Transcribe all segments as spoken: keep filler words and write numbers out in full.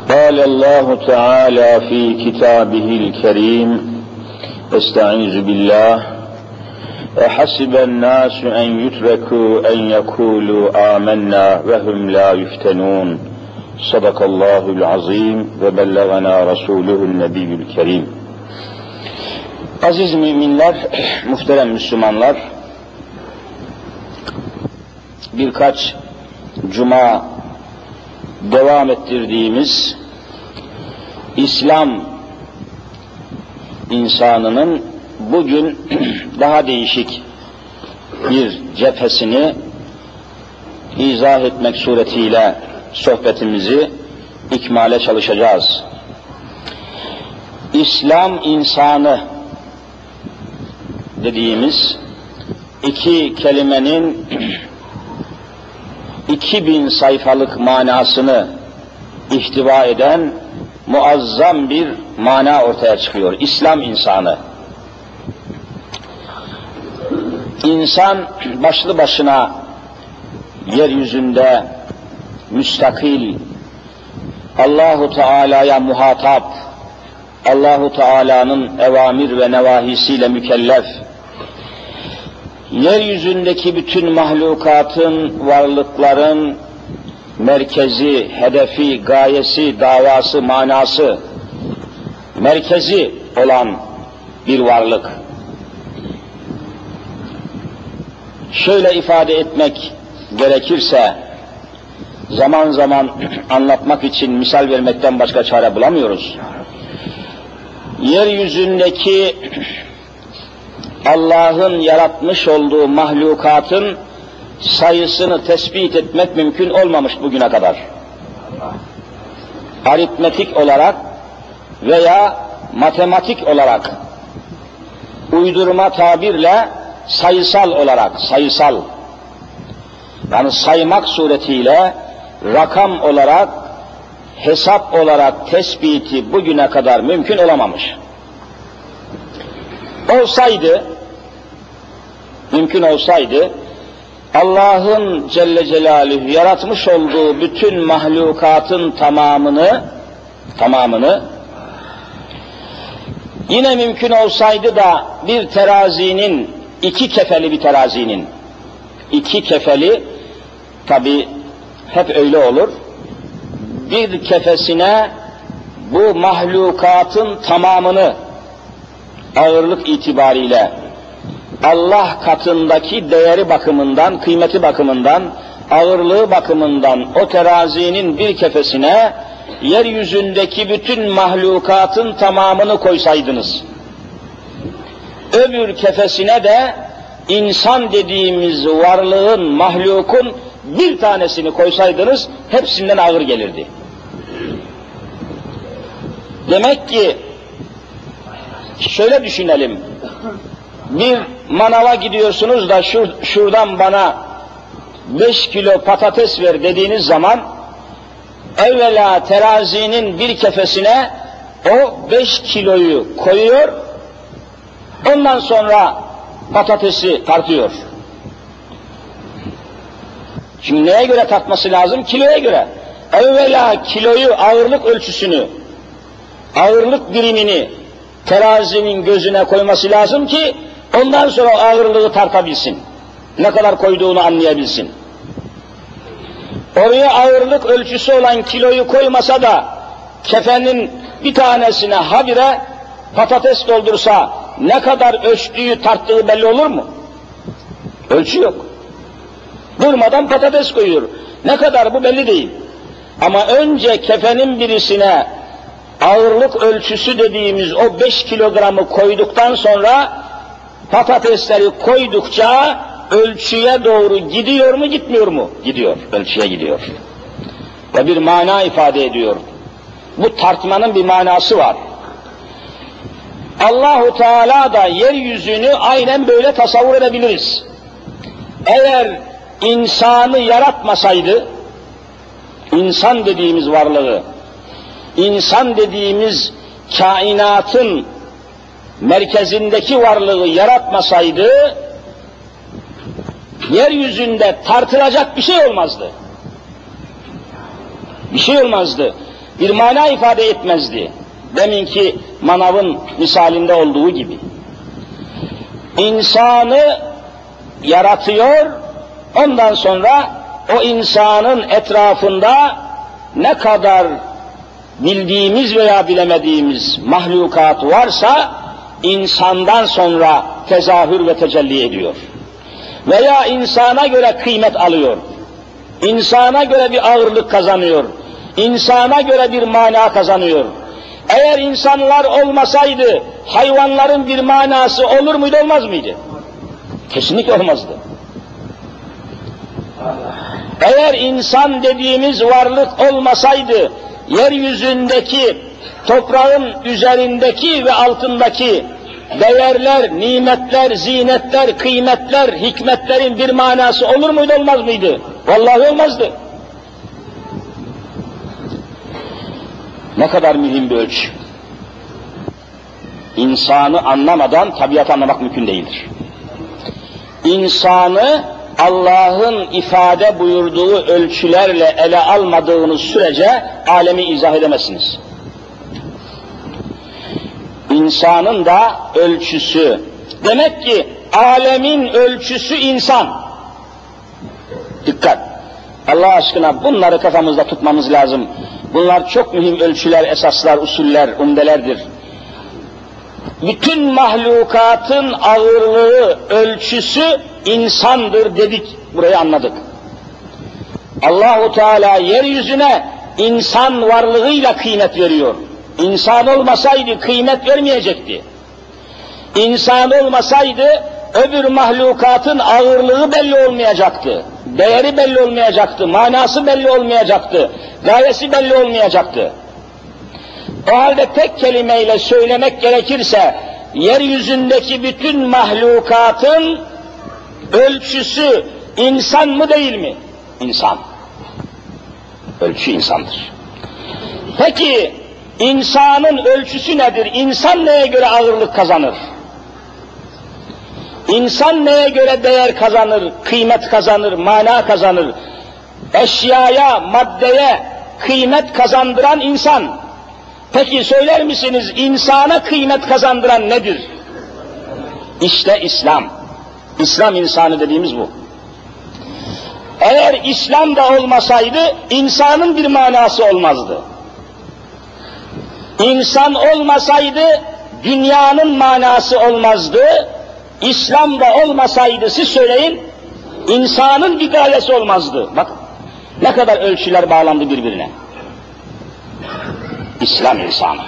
قال الله تعالى في كتابه الكريم استعيذ بالله أحسب الناس أن يتركوا أن يقولوا آمنا وهم لا يفتنون صدق الله العظيم وبلغنا رسوله النبي الكريم. Aziz müminler, muhterem Müslümanlar, birkaç cuma devam ettirdiğimiz İslam insanının bugün daha değişik bir cephesini izah etmek suretiyle sohbetimizi ikmale çalışacağız. İslam insanı dediğimiz iki kelimenin iki bin sayfalık manasını ihtiva eden muazzam bir mana ortaya çıkıyor. İslam insanı. İnsan başlı başına yeryüzünde müstakil, Allahu Teala'ya muhatap, Allahu Teala'nın evamir ve nevahisiyle mükellef, yeryüzündeki bütün mahlukatın, varlıkların merkezi, hedefi, gayesi, davası, manası, merkezi olan bir varlık. Şöyle ifade etmek gerekirse, zaman zaman anlatmak için misal vermekten başka çare bulamıyoruz. Yeryüzündeki Allah'ın yaratmış olduğu mahlukatın sayısını tespit etmek mümkün olmamış bugüne kadar. Aritmetik olarak veya matematik olarak, uydurma tabirle sayısal olarak, sayısal, yani saymak suretiyle rakam olarak, hesap olarak tespiti bugüne kadar mümkün olamamış. Olsaydı, mümkün olsaydı, Allah'ın Celle Celaluhu yaratmış olduğu bütün mahlukatın tamamını, tamamını, yine mümkün olsaydı da bir terazinin, iki kefeli bir terazinin, iki kefeli, tabi hep öyle olur, bir kefesine bu mahlukatın tamamını ağırlık itibariyle Allah katındaki değeri bakımından, kıymeti bakımından, ağırlığı bakımından o terazinin bir kefesine yeryüzündeki bütün mahlukatın tamamını koysaydınız, öbür kefesine de insan dediğimiz varlığın, mahlukun bir tanesini koysaydınız hepsinden ağır gelirdi. Demek ki şöyle düşünelim, bir manava gidiyorsunuz da şur, şuradan bana beş kilo patates ver dediğiniz zaman evvela terazinin bir kefesine o beş kiloyu koyuyor, ondan sonra patatesi tartıyor. Şimdi neye göre tartması lazım? Kiloya göre. Evvela kiloyu, ağırlık ölçüsünü, ağırlık birimini terazinin gözüne koyması lazım ki ondan sonra ağırlığı tartabilsin. Ne kadar koyduğunu anlayabilsin. Oraya ağırlık ölçüsü olan kiloyu koymasa da kefenin bir tanesine habire patates doldursa ne kadar ölçtüğü, tarttığı belli olur mu? Ölçü yok. Durmadan patates koyuyor. Ne kadar bu belli değil. Ama önce kefenin birisine ağırlık ölçüsü dediğimiz o beş kilogramı koyduktan sonra patatesleri koydukça ölçüye doğru gidiyor mu, gitmiyor mu? Gidiyor, ölçüye gidiyor. Ve bir mana ifade ediyor. Bu tartmanın bir manası var. Allahu Teala da yeryüzünü aynen böyle tasavvur edebiliriz. Eğer insanı yaratmasaydı, insan dediğimiz varlığı, insan dediğimiz kainatın merkezindeki varlığı yaratmasaydı, yeryüzünde tartılacak bir şey olmazdı. Bir şey olmazdı. bir mana ifade etmezdi. Deminki manavın misalinde olduğu gibi. İnsanı yaratıyor, ondan sonra o insanın etrafında ne kadar bildiğimiz veya bilemediğimiz mahlukat varsa insandan sonra tezahür ve tecelli ediyor. Veya insana göre kıymet alıyor. İnsana göre bir ağırlık kazanıyor. İnsana göre bir mana kazanıyor. Eğer insanlar olmasaydı hayvanların bir manası olur muydu, olmaz mıydı? Kesinlikle olmazdı. Eğer insan dediğimiz varlık olmasaydı yeryüzündeki, toprağın üzerindeki ve altındaki değerler, nimetler, zinetler, kıymetler, hikmetlerin bir manası olur muydu, olmaz mıydı? Vallahi olmazdı. Ne kadar mühim bir ölçü. İnsanı anlamadan tabiatı anlamak mümkün değildir. İnsanı Allah'ın ifade buyurduğu ölçülerle ele almadığınız sürece alemi izah edemezsiniz. İnsanın da ölçüsü, demek ki alemin ölçüsü insan. Dikkat! Allah aşkına bunları kafamızda tutmamız lazım. Bunlar çok mühim ölçüler, esaslar, usuller, umdelerdir. Bütün mahlukatın ağırlığı, ölçüsü insandır dedik, burayı anladık. Allahu Teala yeryüzüne insan varlığıyla kıymet veriyor. İnsan olmasaydı kıymet vermeyecekti. İnsan olmasaydı öbür mahlukatın ağırlığı belli olmayacaktı. Değeri belli olmayacaktı, manası belli olmayacaktı, gayesi belli olmayacaktı. O halde tek kelimeyle söylemek gerekirse, yeryüzündeki bütün mahlukatın ölçüsü insan mı değil mi? İnsan. Ölçü insandır. Peki, insanın ölçüsü nedir? İnsan neye göre ağırlık kazanır? İnsan neye göre değer kazanır, kıymet kazanır, mana kazanır? Eşyaya, maddeye kıymet kazandıran insan. Peki söyler misiniz, insana kıymet kazandıran nedir? İşte İslam. İslam insanı dediğimiz bu. Eğer İslam da olmasaydı, insanın bir manası olmazdı. İnsan olmasaydı, dünyanın manası olmazdı. İslam da olmasaydı, siz söyleyin, insanın bir gayesi olmazdı. Bak, ne kadar ölçüler bağlandı birbirine. İslam insanı.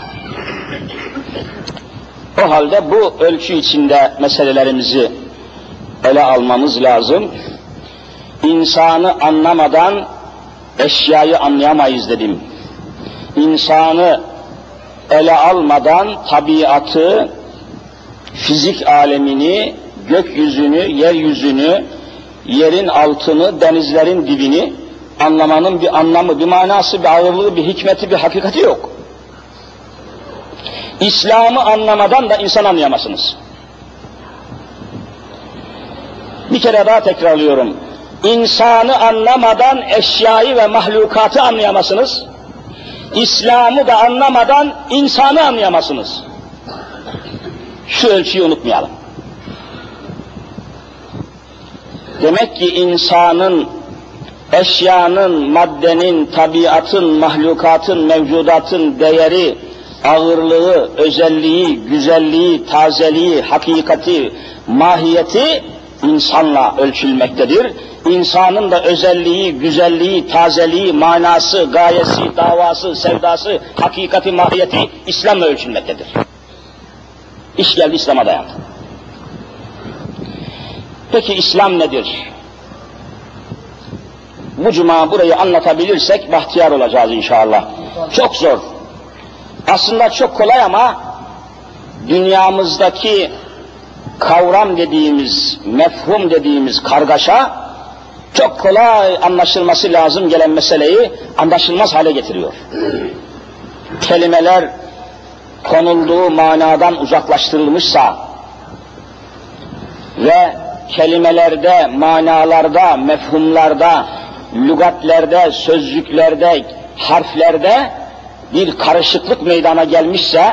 O halde bu ölçü içinde meselelerimizi ele almamız lazım. İnsanı anlamadan eşyayı anlayamayız dedim. İnsanı ele almadan tabiatı, fizik alemini, gökyüzünü, yeryüzünü, yerin altını, denizlerin dibini anlamanın bir anlamı, bir manası, bir ağırlığı, bir hikmeti, bir hakikati yok. İslam'ı anlamadan da insan anlayamazsınız. Bir kere daha tekrarlıyorum. İnsanı anlamadan eşyayı ve mahlukatı anlayamazsınız. İslam'ı da anlamadan insanı anlayamazsınız. Şu ölçüyü unutmayalım. Demek ki insanın, eşyanın, maddenin, tabiatın, mahlukatın, mevcudatın değeri, ağırlığı, özelliği, güzelliği, tazeliği, hakikati, mahiyeti insanla ölçülmektedir. İnsanın da özelliği, güzelliği, tazeliği, manası, gayesi, davası, sevdası, hakikati, mahiyeti İslam'la ölçülmektedir. İş geldi İslam'a dayandı. Peki İslam nedir? Bu cuma burayı anlatabilirsek bahtiyar olacağız inşallah. Çok zor. Aslında çok kolay ama dünyamızdaki kavram dediğimiz, mefhum dediğimiz kargaşa çok kolay anlaşılması lazım gelen meseleyi anlaşılmaz hale getiriyor. Kelimeler konulduğu manadan uzaklaştırılmışsa ve kelimelerde, manalarda, mefhumlarda, lügatlerde, sözcüklerde, harflerde bir karışıklık meydana gelmişse,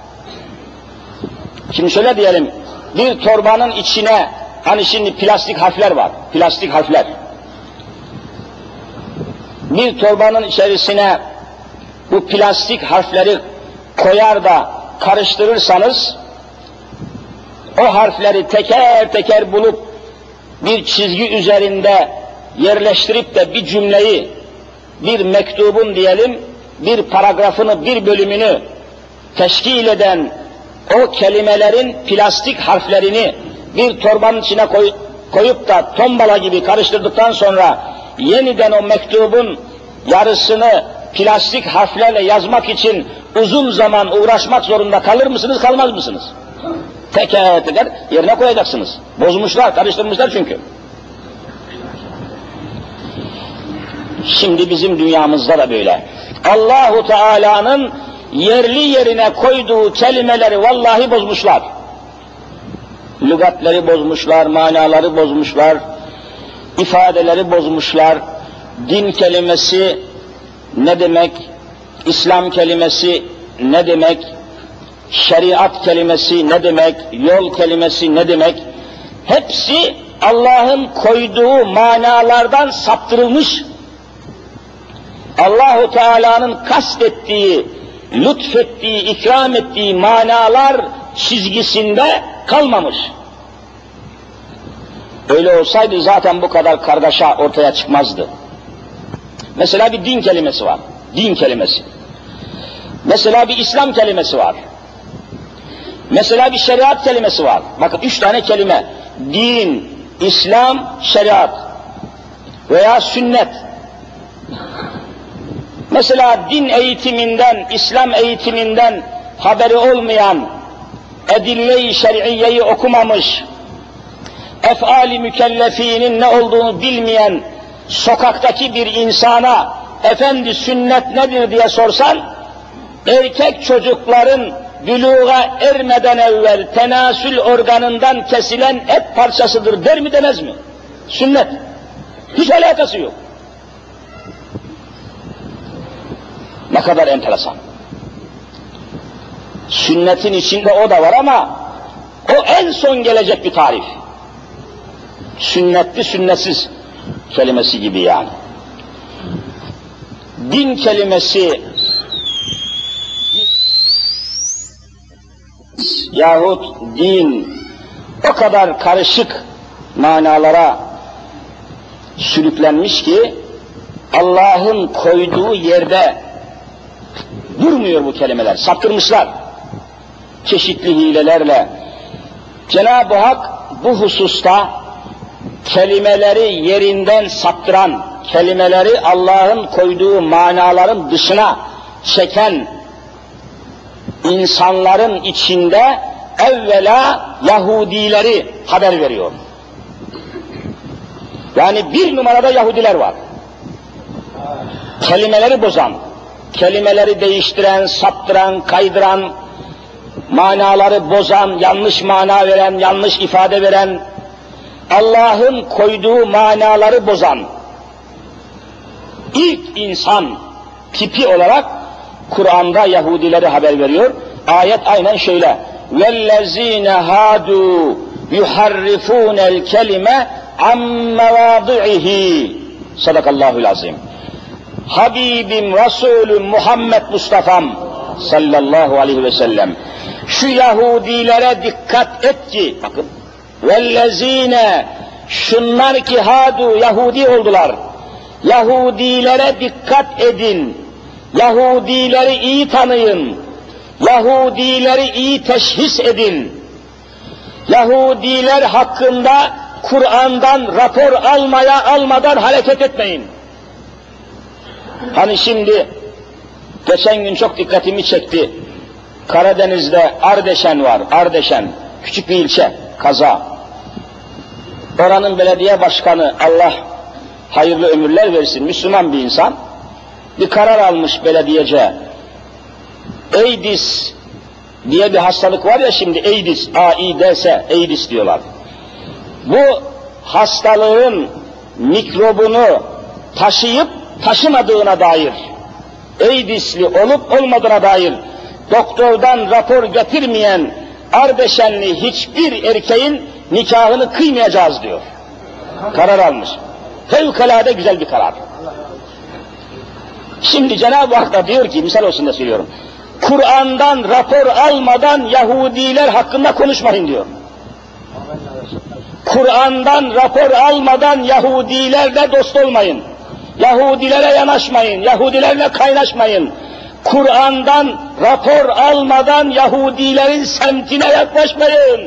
şimdi şöyle diyelim, bir torbanın içine, hani şimdi plastik harfler var, plastik harfler. Bir torbanın içerisine bu plastik harfleri koyar da karıştırırsanız, o harfleri teker teker bulup bir çizgi üzerinde yerleştirip de bir cümleyi, bir mektubun diyelim, bir paragrafını, bir bölümünü teşkil eden o kelimelerin plastik harflerini bir torbanın içine koy, koyup da tombala gibi karıştırdıktan sonra yeniden o mektubun yarısını plastik harflerle yazmak için uzun zaman uğraşmak zorunda kalır mısınız, kalmaz mısınız? Teker teker yerine koyacaksınız. Bozmuşlar, karıştırmışlar çünkü. Şimdi bizim dünyamızda da böyle. Allahu Teala'nın yerli yerine koyduğu kelimeleri vallahi bozmuşlar. Lügatleri bozmuşlar, manaları bozmuşlar, ifadeleri bozmuşlar. Din kelimesi ne demek? İslam kelimesi ne demek? Şeriat kelimesi ne demek? Yol kelimesi ne demek? Hepsi Allah'ın koyduğu manalardan saptırılmış. Allahu Teala'nın kastettiği, lütfettiği, ikram ettiği manalar çizgisinde kalmamış. Öyle olsaydı zaten bu kadar kargaşa ortaya çıkmazdı. Mesela bir din kelimesi var. Din kelimesi. Mesela bir İslam kelimesi var. Mesela bir şeriat kelimesi var. Bakın üç tane kelime. Din, İslam, şeriat veya sünnet. Mesela din eğitiminden, İslam eğitiminden haberi olmayan, edille-i şer'iyeyi okumamış, ef'al-i mükellefinin ne olduğunu bilmeyen sokaktaki bir insana efendi sünnet nedir diye sorsan, erkek çocukların büluğa ermeden evvel tenasül organından kesilen et parçasıdır der mi demez mi? Sünnet. Hiç alakası yok. Ne kadar enteresan. Sünnetin içinde o da var ama o en son gelecek bir tarif. Sünnetli sünnetsiz kelimesi gibi yani. Din kelimesi yahut din o kadar karışık manalara sürüklenmiş ki Allah'ın koyduğu yerde durmuyor bu kelimeler, saptırmışlar çeşitli hilelerle. Cenab-ı Hak bu hususta kelimeleri yerinden saptıran, kelimeleri Allah'ın koyduğu manaların dışına çeken insanların içinde evvela Yahudileri haber veriyor. Yani bir numarada Yahudiler var. Kelimeleri bozan, kelimeleri değiştiren, saptıran, kaydıran, manaları bozan, yanlış mana veren, yanlış ifade veren, Allah'ın koyduğu manaları bozan ilk insan tipi olarak Kur'an'da Yahudileri haber veriyor. Ayet aynen şöyle: وَالَّذ۪ينَ هَادُوا يُحَرِّفُونَ الْكَلِمَ عَمْ مَوَاضِعِهِ Sadakallahul azim. Habibim, Resulüm, Muhammed Mustafa'm sallallahu aleyhi ve sellem, şu Yahudilere dikkat et ki, bakın, vellezine, şunlar ki hadu, Yahudi oldular, Yahudilere dikkat edin, Yahudileri iyi tanıyın, Yahudileri iyi teşhis edin, Yahudiler hakkında Kur'an'dan rapor almaya almadan hareket etmeyin. Hani şimdi, geçen gün çok dikkatimi çekti, Karadeniz'de Ardeşen var, Ardeşen, küçük bir ilçe, kaza. Oranın belediye başkanı, Allah hayırlı ömürler versin, Müslüman bir insan, bir karar almış belediyece. AIDS diye bir hastalık var ya şimdi, AIDS, A İ D S, AIDS diyorlar. Bu hastalığın mikrobunu taşıyıp taşımadığına dair, AIDS'li olup olmadığına dair doktordan rapor getirmeyen Ardeşenli hiçbir erkeğin nikahını kıymayacağız diyor. Karar almış. Fevkalade güzel bir karar. Şimdi Cenab-ı Hak da diyor ki, misal olsun da söylüyorum, Kur'an'dan rapor almadan Yahudiler hakkında konuşmayın diyor. Kur'an'dan rapor almadan Yahudilerle dost olmayın. Yahudilere yanaşmayın, Yahudilerle kaynaşmayın. Kur'an'dan rapor almadan Yahudilerin semtine yaklaşmayın.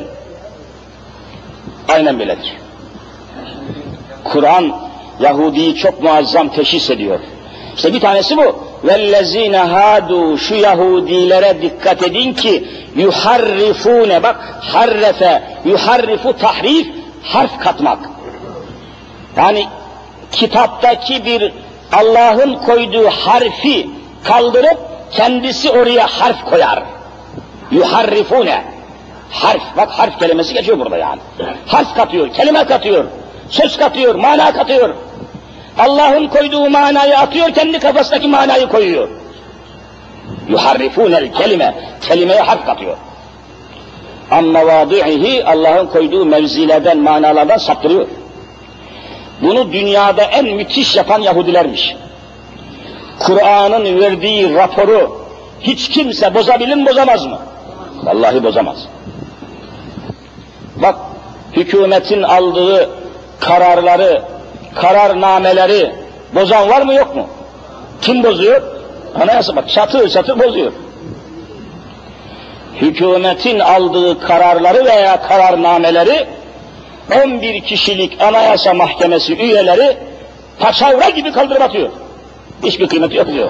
Aynen böyledir. Kur'an Yahudi'yi çok muazzam teşhis ediyor. İşte bir tanesi bu. وَالَّذ۪ينَ هَادُوا Şu Yahudilere dikkat edin ki yuharrifune, bak harrefe, yuharrifu tahrif, harf katmak. Yani kitaptaki bir Allah'ın koyduğu harfi kaldırıp kendisi oraya harf koyar. Yuharrifune. Harf, bak harf kelimesi geçiyor burada yani. Harf katıyor, kelime katıyor, söz katıyor, mana katıyor. Allah'ın koyduğu manayı atıyor, kendi kafasındaki manayı koyuyor. Yuharrifûnel kelime, kelimeye harf katıyor. Amma vâdi'ihi, Allah'ın koyduğu mevzilerden, manalardan saptırıyor. Bunu dünyada en müthiş yapan Yahudilermiş. Kur'an'ın verdiği raporu hiç kimse bozabilir mi, bozamaz mı? Vallahi bozamaz. Bak, hükümetin aldığı kararları, kararnameleri bozan var mı yok mu? Kim bozuyor? Anayasa bak, çatır çatır bozuyor. Hükümetin aldığı kararları veya kararnameleri on bir kişilik Anayasa Mahkemesi üyeleri paçavra gibi kaldırıp atıyor. Hiçbir kıymeti yok diyor.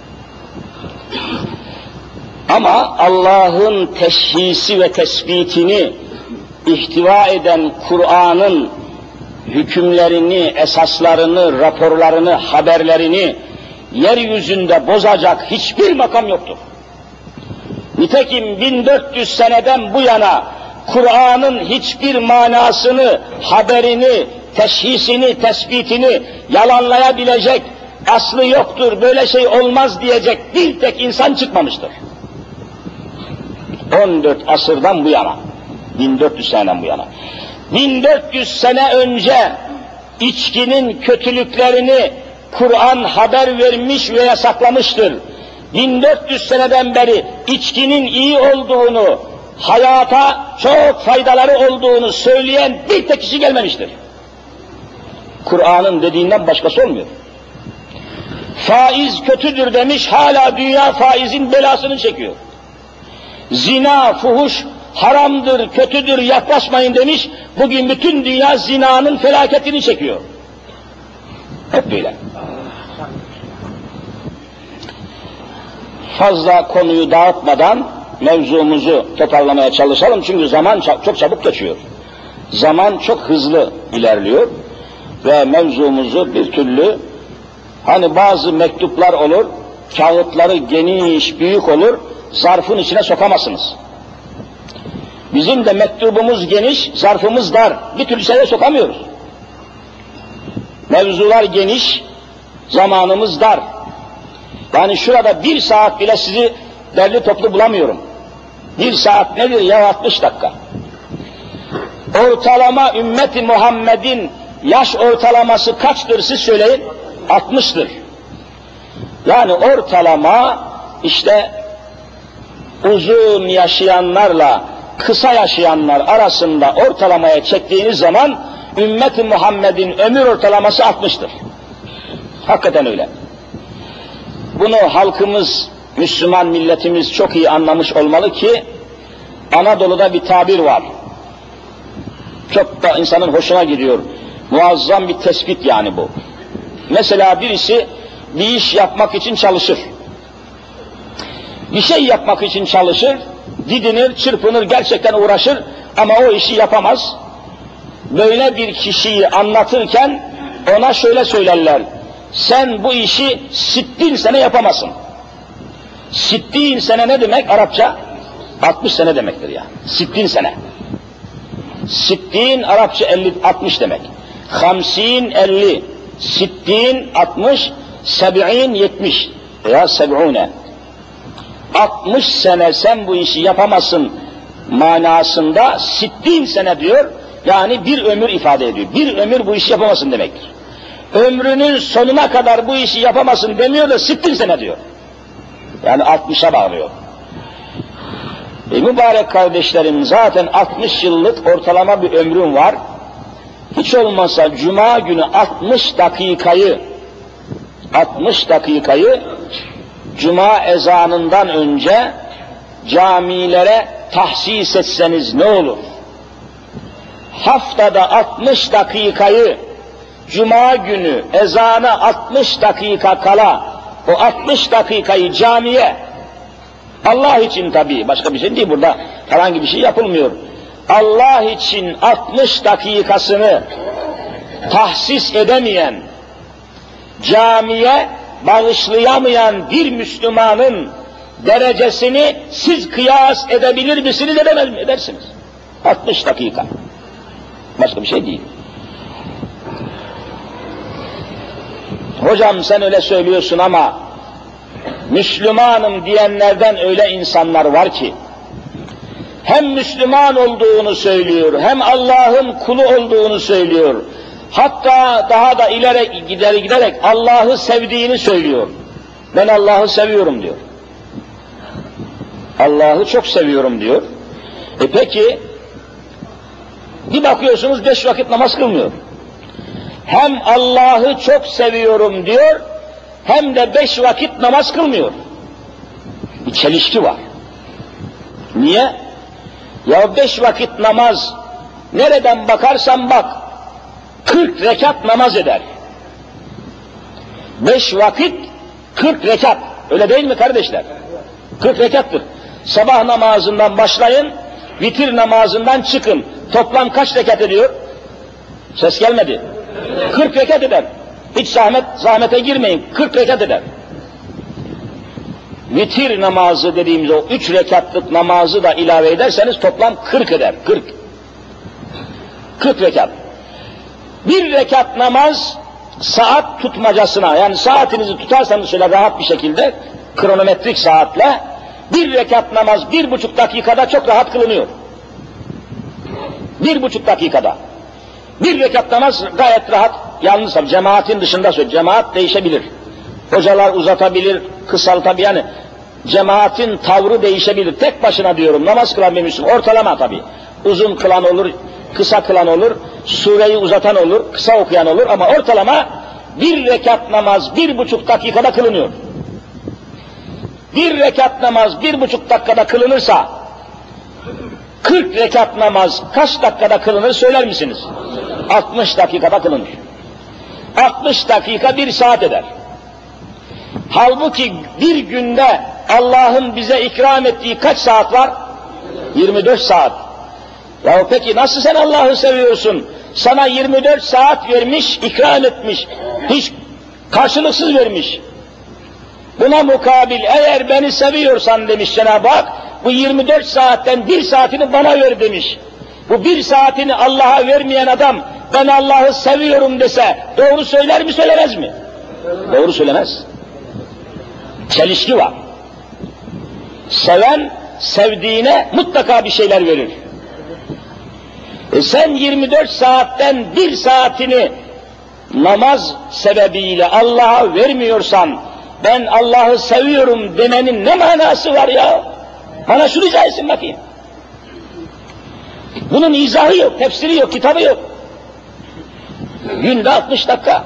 Ama Allah'ın teşhisi ve tespitini ihtiva eden Kur'an'ın hükümlerini, esaslarını, raporlarını, haberlerini yeryüzünde bozacak hiçbir makam yoktur. Nitekim bin dört yüz seneden bu yana Kur'an'ın hiçbir manasını, haberini, teşhisini, tespitini yalanlayabilecek, aslı yoktur, böyle şey olmaz diyecek bir tek insan çıkmamıştır. on dört asırdan bu yana, bin dört yüz seneden bu yana. bin dört yüz sene önce içkinin kötülüklerini Kur'an haber vermiş ve yasaklamıştır. bin dört yüz seneden beri içkinin iyi olduğunu, hayata çok faydaları olduğunu söyleyen bir tek kişi gelmemiştir. Kur'an'ın dediğinden başkası olmuyor. Faiz kötüdür demiş, hala dünya faizin belasını çekiyor. Zina, fuhuş haramdır, kötüdür, yaklaşmayın demiş, bugün bütün dünya zinanın felaketini çekiyor. Hep böyle. Fazla konuyu dağıtmadan mevzumuzu toparlamaya çalışalım, çünkü zaman çok çabuk geçiyor. Zaman çok hızlı ilerliyor ve mevzumuzu bir türlü, hani bazı mektuplar olur, kağıtları geniş, büyük olur, zarfın içine sokamazsınız. Bizim de mektubumuz geniş, zarfımız dar, bir türlü şeye sokamıyoruz. Mevzular geniş, zamanımız dar. Yani şurada bir saat bile sizi derli toplu bulamıyorum. Bir saat nedir ya, altmış dakika. Ortalama ümmeti Muhammed'in yaş ortalaması kaçtır siz söyleyin? altmıştır. Yani ortalama işte uzun yaşayanlarla kısa yaşayanlar arasında ortalamaya çektiğiniz zaman ümmeti Muhammed'in ömür ortalaması altmıştır. Hakikaten öyle. Bunu halkımız, Müslüman milletimiz çok iyi anlamış olmalı ki Anadolu'da bir tabir var. Çok da insanın hoşuna gidiyor. Muazzam bir tespit yani bu. Mesela birisi bir iş yapmak için çalışır. Bir şey yapmak için çalışır, didinir, çırpınır, gerçekten uğraşır ama o işi yapamaz. Böyle bir kişiyi anlatırken ona şöyle söylerler: sen bu işi sittin sene yapamazsın. Sittin sene ne demek Arapça? altmış sene demektir yani. Sittin sene. Sittin Arapça elli, altmış demek. Hamsin elli, sittin altmış, seb'in yetmiş. veya seb'une. altmış sene sen bu işi yapamazsın manasında sittin sene diyor. Yani bir ömür ifade ediyor. Bir ömür bu işi yapamazsın demektir. Ömrünün sonuna kadar bu işi yapamazsın demiyor da sittin sene diyor. Yani altmışa bağlıyor. E, mübarek kardeşlerim, zaten altmış yıllık ortalama bir ömrüm var. Hiç olmazsa cuma günü altmış dakikayı altmış dakikayı cuma ezanından önce camilere tahsis etseniz ne olur? Haftada altmış dakikayı cuma günü ezana altmış dakika kala o altmış dakikayı camiye, Allah için tabii, başka bir şey değil, burada herhangi bir şey yapılmıyor. Allah için altmış dakikasını tahsis edemeyen, camiye bağışlayamayan bir Müslümanın derecesini siz kıyas edebilir misiniz, edemez mi? Edersiniz. altmış dakika. Başka bir şey değil. Hocam sen öyle söylüyorsun ama Müslümanım diyenlerden öyle insanlar var ki hem Müslüman olduğunu söylüyor, hem Allah'ın kulu olduğunu söylüyor. Hatta daha da ileri gider giderek Allah'ı sevdiğini söylüyor. Ben Allah'ı seviyorum diyor. Allah'ı çok seviyorum diyor. E peki bir bakıyorsunuz beş vakit namaz kılmıyor. Hem Allah'ı çok seviyorum diyor, hem de beş vakit namaz kılmıyor. Bir çelişki var. Niye? Ya beş vakit namaz, nereden bakarsan bak, kırk rekat namaz eder. Beş vakit, kırk rekat. Öyle değil mi kardeşler? Kırk rekattır. Sabah namazından başlayın, vitir namazından çıkın. Toplam kaç rekat ediyor? Ses gelmedi. kırk rekat eder. Hiç zahmet, zahmete girmeyin. kırk rekat eder. Vitir namazı dediğimiz o üç rekatlık namazı da ilave ederseniz toplam kırk eder. kırk. kırk rekat. Bir rekat namaz saat tutmacasına, yani saatinizi tutarsanız şöyle rahat bir şekilde kronometrik saatle bir rekat namaz bir buçuk dakikada çok rahat kılınıyor. Bir buçuk dakikada. Bir rekat namaz gayet rahat, yalnız tabi cemaatin dışında söylüyor. Cemaat değişebilir. Hocalar uzatabilir, kısaltabilir. Yani cemaatin tavrı değişebilir. Tek başına diyorum, namaz kılan bir Müslüman, ortalama tabi. Uzun kılan olur, kısa kılan olur, sureyi uzatan olur, kısa okuyan olur ama ortalama bir rekat namaz bir buçuk dakikada kılınıyor. Bir rekat namaz bir buçuk dakikada kılınırsa kırk rekat namaz kaç dakikada kılınır söyler misiniz? altmış dakikada kılınır. altmış dakika bir saat eder. Halbuki bir günde Allah'ın bize ikram ettiği kaç saat var? yirmi dört saat. Ya peki nasıl sen Allah'ı seviyorsun? Sana yirmi dört saat vermiş, ikram etmiş. Hiç karşılıksız vermiş. Buna mukabil eğer beni seviyorsan demiş Cenab-ı Hak, bu yirmi dört saatten bir saatini bana ver demiş. Bu bir saatini Allah'a vermeyen adam ben Allah'ı seviyorum dese doğru söyler mi söylemez mi? Doğru söylemez. Çelişki var. Seven sevdiğine mutlaka bir şeyler verir. E sen yirmi dört saatten bir saatini namaz sebebiyle Allah'a vermiyorsan ben Allah'ı seviyorum demenin ne manası var ya? Bana şunu izah etsin bakayım. Bunun izahı yok, tefsiri yok, kitabı yok. Günde altmış dakika.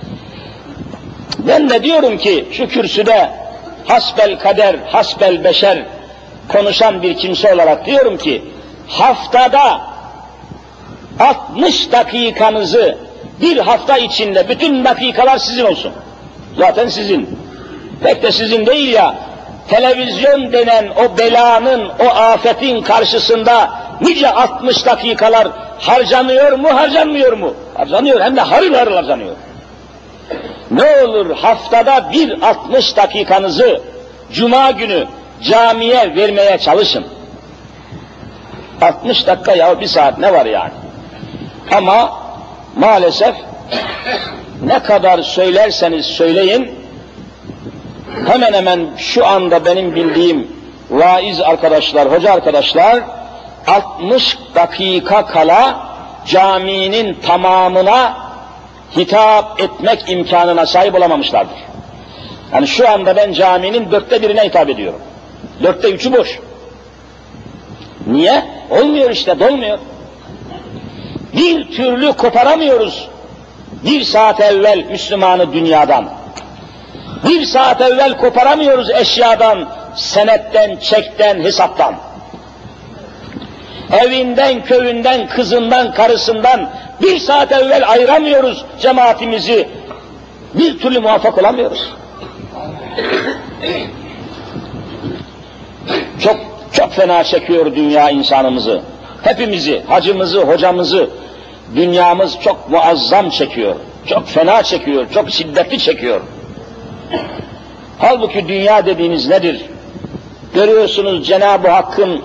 Ben de diyorum ki şu kürsüde hasbel kader, hasbel beşer konuşan bir kimse olarak diyorum ki haftada altmış dakikanızı bir hafta içinde bütün dakikalar sizin olsun. Zaten sizin. Pek de sizin değil ya, televizyon denen o belanın, o afetin karşısında nice altmış dakikalar harcanıyor mu, harcanmıyor mu? Harcanıyor, hem de harıl harıl harcanıyor. Ne olur haftada bir altmış dakikanızı Cuma günü camiye vermeye çalışın. altmış dakika ya bir saat ne var yani? Ama maalesef ne kadar söylerseniz söyleyin, hemen hemen şu anda benim bildiğim vaiz arkadaşlar, hoca arkadaşlar altmış dakika kala caminin tamamına hitap etmek imkanına sahip olamamışlardır. Yani şu anda ben caminin dörtte birine hitap ediyorum. Dörtte üçü boş. Niye? Olmuyor işte, dolmuyor. Bir türlü koparamıyoruz. Bir saat evvel Müslümanı dünyadan. Bir saat evvel koparamıyoruz eşyadan, senetten, çekten, hesaptan. Evinden, köyünden, kızından, karısından bir saat evvel ayıramıyoruz cemaatimizi. Bir türlü muvaffak olamıyoruz. Çok çok fena çekiyor dünya insanımızı. Hepimizi, hacımızı, hocamızı, dünyamız çok muazzam çekiyor. Çok fena çekiyor, çok şiddetli çekiyor. Halbuki dünya dediğiniz nedir? Görüyorsunuz Cenab-ı Hakk'ın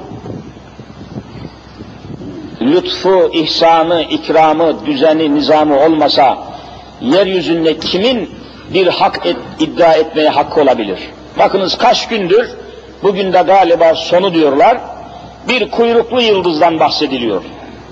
lütfu, ihsanı, ikramı, düzeni, nizamı olmasa yeryüzünde kimin bir hak et, iddia etmeye hakkı olabilir? Bakınız kaç gündür, bugün de galiba sonu diyorlar, bir kuyruklu yıldızdan bahsediliyor.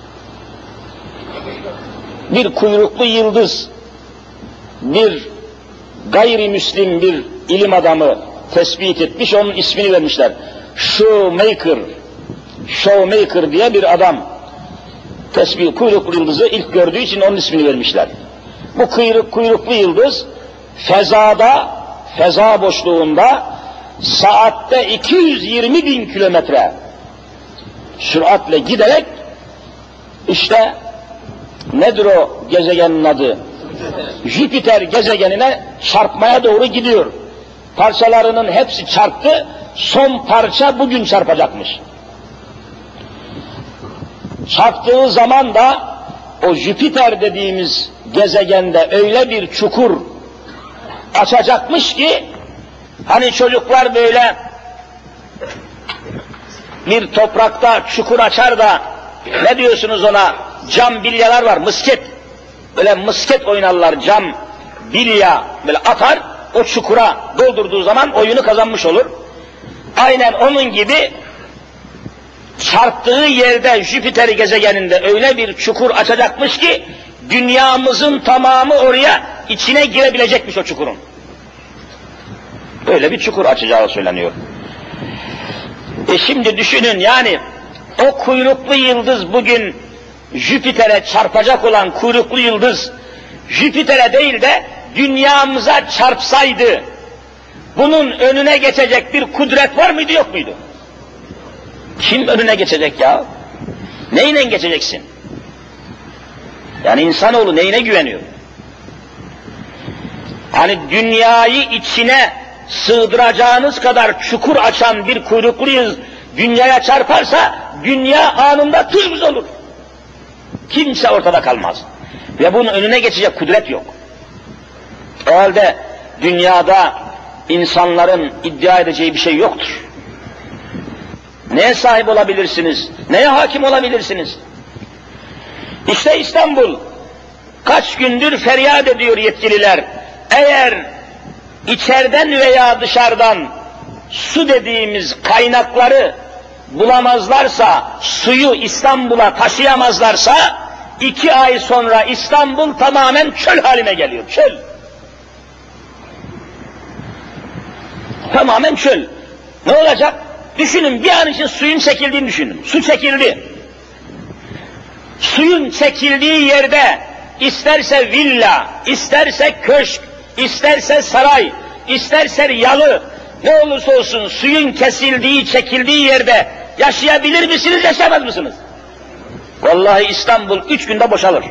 Bir kuyruklu yıldız, bir gayrimüslim bir ilim adamı tespit etmiş, onun ismini vermişler. Shoemaker, Shoemaker diye bir adam tespit, kuyruklu yıldızı ilk gördüğü için onun ismini vermişler. Bu kuyruk, kuyruklu yıldız fezada, feza boşluğunda saatte iki yüz yirmi bin kilometre süratle giderek işte nedir o gezegenin adı? Jüpiter gezegenine çarpmaya doğru gidiyor. Parçalarının hepsi çarptı, son parça bugün çarpacakmış. Çarptığı zaman da o Jüpiter dediğimiz gezegende öyle bir çukur açacakmış ki, hani çocuklar böyle bir toprakta çukur açar da, ne diyorsunuz ona, cam bilyalar var, mısket, böyle mısket oynarlar, cam bilya böyle atar, o çukura doldurduğu zaman oyunu kazanmış olur. Aynen onun gibi çarptığı yerde Jüpiter gezegeninde öyle bir çukur açacakmış ki dünyamızın tamamı oraya içine girebilecekmiş o çukurun. Böyle bir çukur açacağı söyleniyor. E şimdi düşünün, yani o kuyruklu yıldız bugün Jüpiter'e çarpacak olan kuyruklu yıldız Jüpiter'e değil de dünyamıza çarpsaydı bunun önüne geçecek bir kudret var mıydı, yok muydu? Kim önüne geçecek ya? Neyle geçeceksin? Yani insanoğlu neyine güveniyor? Hani dünyayı içine sığdıracağınız kadar çukur açan bir kuyruklu yıldız dünyaya çarparsa dünya anında tuz buz olur. Kimse ortada kalmaz. Ve bunun önüne geçecek kudret yok. O halde dünyada insanların iddia edeceği bir şey yoktur. Neye sahip olabilirsiniz? Neye hakim olabilirsiniz? İşte İstanbul kaç gündür feryat ediyor yetkililer. Eğer içeriden veya dışarıdan su dediğimiz kaynakları bulamazlarsa, suyu İstanbul'a taşıyamazlarsa, iki ay sonra İstanbul tamamen çöl haline geliyor. Çöl. Tamamen çöl. Ne olacak? Düşünün, bir an için suyun çekildiğini düşünün. Su çekildi. Suyun çekildiği yerde isterse villa, isterse köşk, isterse saray, isterse yalı, ne olursa olsun suyun kesildiği, çekildiği yerde yaşayabilir misiniz, yaşamaz mısınız? Vallahi İstanbul üç günde boşalır.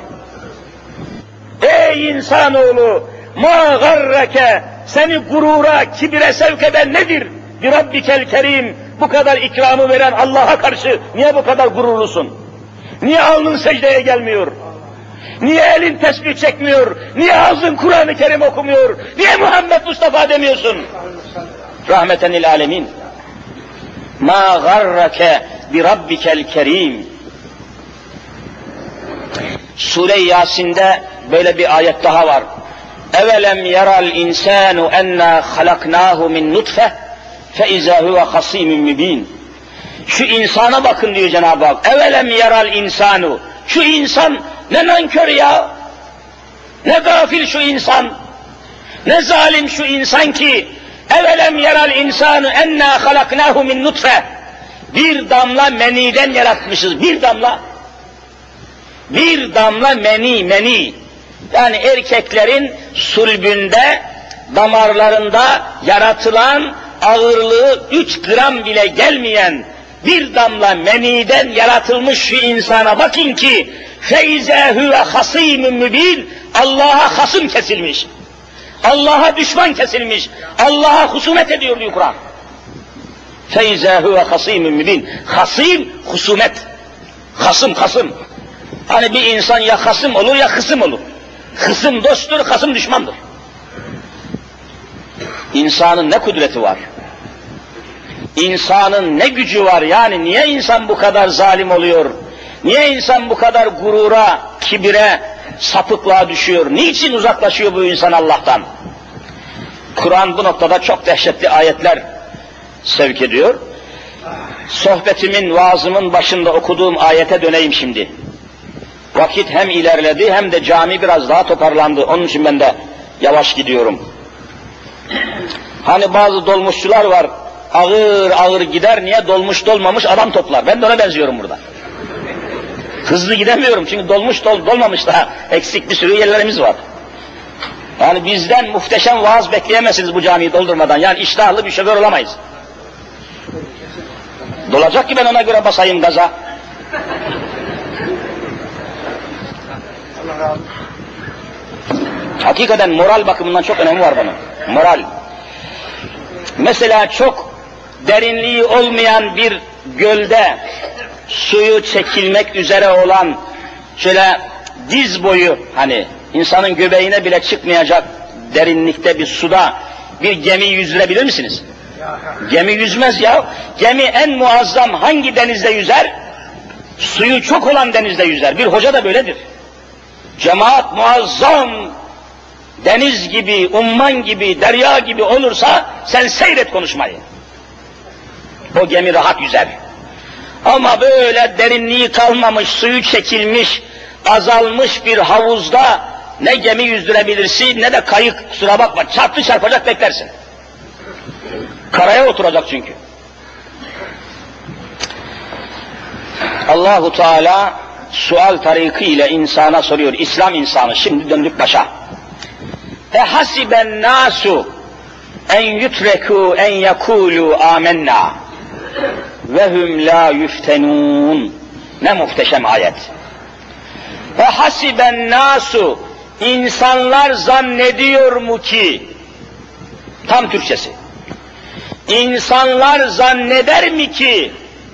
Ey insanoğlu, ma garreke, seni gurura, kibire sevk eden nedir? Bir Rabbikel Kerim, bu kadar ikramı veren Allah'a karşı niye bu kadar gururlusun? Niye alnın secdeye gelmiyor? Niye elin tesbih çekmiyor? Niye ağzın Kur'an-ı Kerim okumuyor? Niye Muhammed Mustafa demiyorsun? Rahmeten lil alemin. Ma garrake bi Rabbikel Kerim. Sure-i Yasin'de böyle bir ayet daha var. Evelem yaral insanu enna halaknahu min nutfe fe izâ huve hasîmün mübîn. Şu insana bakın diyor Cenab-ı Hak. Evelem yaral insanu. Şu insan ne nankör ya. Ne gafil şu insan. Ne zalim şu insan ki. Evelem yaral insanu enna halaknahu min nutfe. Bir damla meniden yaratmışız. Bir damla. Bir damla meni, meni. Yani erkeklerin sulbünde, damarlarında yaratılan ağırlığı üç gram bile gelmeyen bir damla meniden yaratılmış şu insana bakın ki feyze huve hasîmün mübîn, Allah'a hasım kesilmiş. Allah'a düşman kesilmiş. Allah'a husumet ediyor diyor Kur'an. Feyze huve hasîmün mübîn. Hasîm, husumet. Hasım, hasım. Hani bir insan ya hasım olur ya hısım olur. Hısım dosttur, hasım düşmandır. İnsanın ne kudreti var? İnsanın ne gücü var? Yani niye insan bu kadar zalim oluyor? Niye insan bu kadar gurura, kibire, sapıklığa düşüyor? Niçin uzaklaşıyor bu insan Allah'tan? Kur'an bu noktada çok dehşetli ayetler sevk ediyor. Sohbetimin, vaazımın başında okuduğum ayete döneyim şimdi. Vakit hem ilerledi hem de cami biraz daha toparlandı. Onun için ben de yavaş gidiyorum. Hani bazı dolmuşçular var, ağır ağır gider, niye dolmuş dolmamış adam toplar. Ben de ona benziyorum burada. Hızlı gidemiyorum çünkü dolmuş dol, dolmamış daha eksik bir sürü yerlerimiz var. Yani bizden muhteşem vaaz bekleyemezsiniz bu camiyi doldurmadan. Yani iştahlı bir şoför olamayız. Dolacak ki ben ona göre basayım gaza. Hakikaten moral bakımından çok önemi var bunun. Moral. Mesela çok derinliği olmayan bir gölde suyu çekilmek üzere olan şöyle diz boyu, hani insanın göbeğine bile çıkmayacak derinlikte bir suda bir gemi yüzdürebilir misiniz? Gemi yüzmez ya. Gemi en muazzam hangi denizde yüzer? Suyu çok olan denizde yüzer. Bir hoca da böyledir. Cemaat muazzam deniz gibi, umman gibi, derya gibi olursa sen seyret konuşmayı. O gemi rahat yüzer. Ama böyle derinliği kalmamış, suyu çekilmiş, azalmış bir havuzda ne gemi yüzdürebilirsin ne de kayık, kusura bakma, çarptı çarpacak beklersin. Karaya oturacak çünkü. Allahu Teala sual tariki ile insana soruyor, İslam insanı, şimdi döndük başa. E hasiben nasu en yutreku en yekulu amennâ ve hum la yuftenun. Ne muhteşem ayet. Ve hasiben nasu, insanlar zannediyor mu ki, tam Türkçesi, İnsanlar zanneder mi ki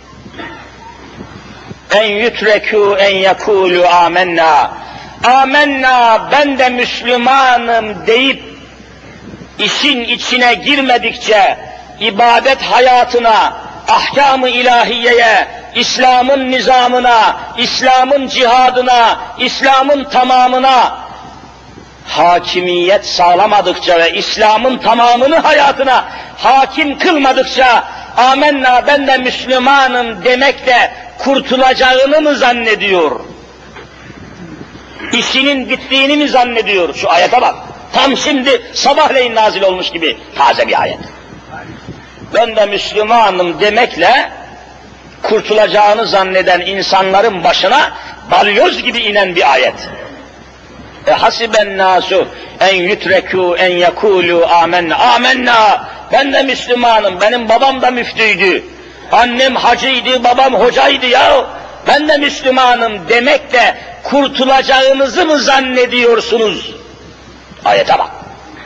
en yutreku en yekulu amennâ, amennâ ben de Müslümanım deyip işin içine girmedikçe, ibadet hayatına, ahkam-ı ilahiyeye, İslam'ın nizamına, İslam'ın cihadına, İslam'ın tamamına hakimiyet sağlamadıkça ve İslam'ın tamamını hayatına hakim kılmadıkça amenna ben de Müslümanım demekle kurtulacağını mı zannediyor? İşinin bittiğini mi zannediyor? Şu ayete bak. Tam şimdi sabahleyin nazil olmuş gibi taze bir ayet. Ben de Müslümanım demekle kurtulacağını zanneden insanların başına balyoz gibi inen bir ayet. E hasiben nasu en yutreku en yekulu amenna. Amenna. Ben de Müslümanım. Benim babam da müftüydü. Annem hacıydı, babam hocaydı ya. Ben de Müslümanım demekle kurtulacağınızı mı zannediyorsunuz? Ayete bak.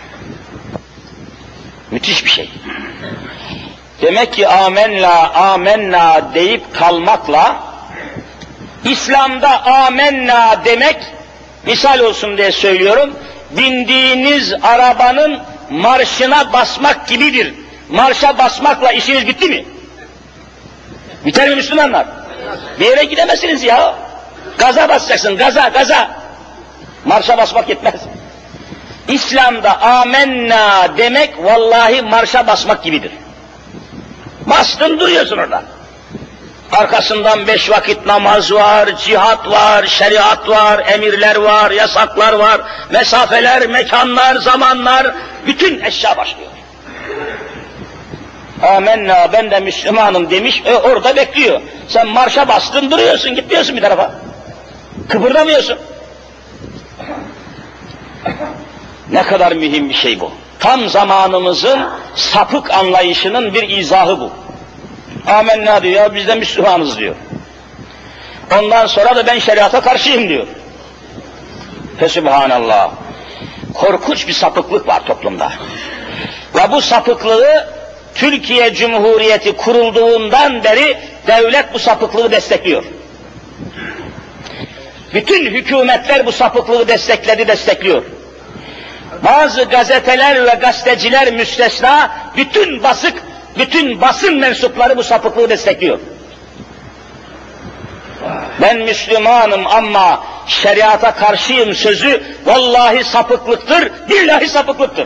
Müthiş bir şey. Demek ki amenna, amenna deyip kalmakla İslam'da amenna demek, misal olsun diye söylüyorum, bindiğiniz arabanın marşına basmak gibidir. Marşa basmakla işiniz bitti mi? Biter mi Müslümanlar? Bir yere gidemezsiniz ya. Gaza basacaksın, gaza, gaza. Marşa basmak yetmez. İslam'da amenna demek vallahi marşa basmak gibidir. Bastın duruyorsun orada. Arkasından beş vakit namaz var, cihat var, şeriat var, emirler var, yasaklar var, mesafeler, mekanlar, zamanlar, bütün eşya başlıyor. Amenna, ben de Müslümanım demiş, e, orada bekliyor. Sen marşa bastın duruyorsun, gitmiyorsun bir tarafa. Kıpırdamıyorsun. Ne kadar mühim bir şey bu. Tam zamanımızın sapık anlayışının bir izahı bu. Amenna diyor, ya biz de Müslümanız diyor. Ondan sonra da ben şeriata karşıyım diyor. Fesubhanallah. Korkunç bir sapıklık var toplumda. Ve bu sapıklığı Türkiye Cumhuriyeti kurulduğundan beri devlet bu sapıklığı destekliyor. Bütün hükümetler bu sapıklığı destekledi, destekliyor. Bazı gazeteler ve gazeteciler müstesna, bütün basık, bütün basın mensupları bu sapıklığı destekliyor. Ben Müslümanım ama şeriata karşıyım sözü vallahi sapıklıktır, billahi sapıklıktır.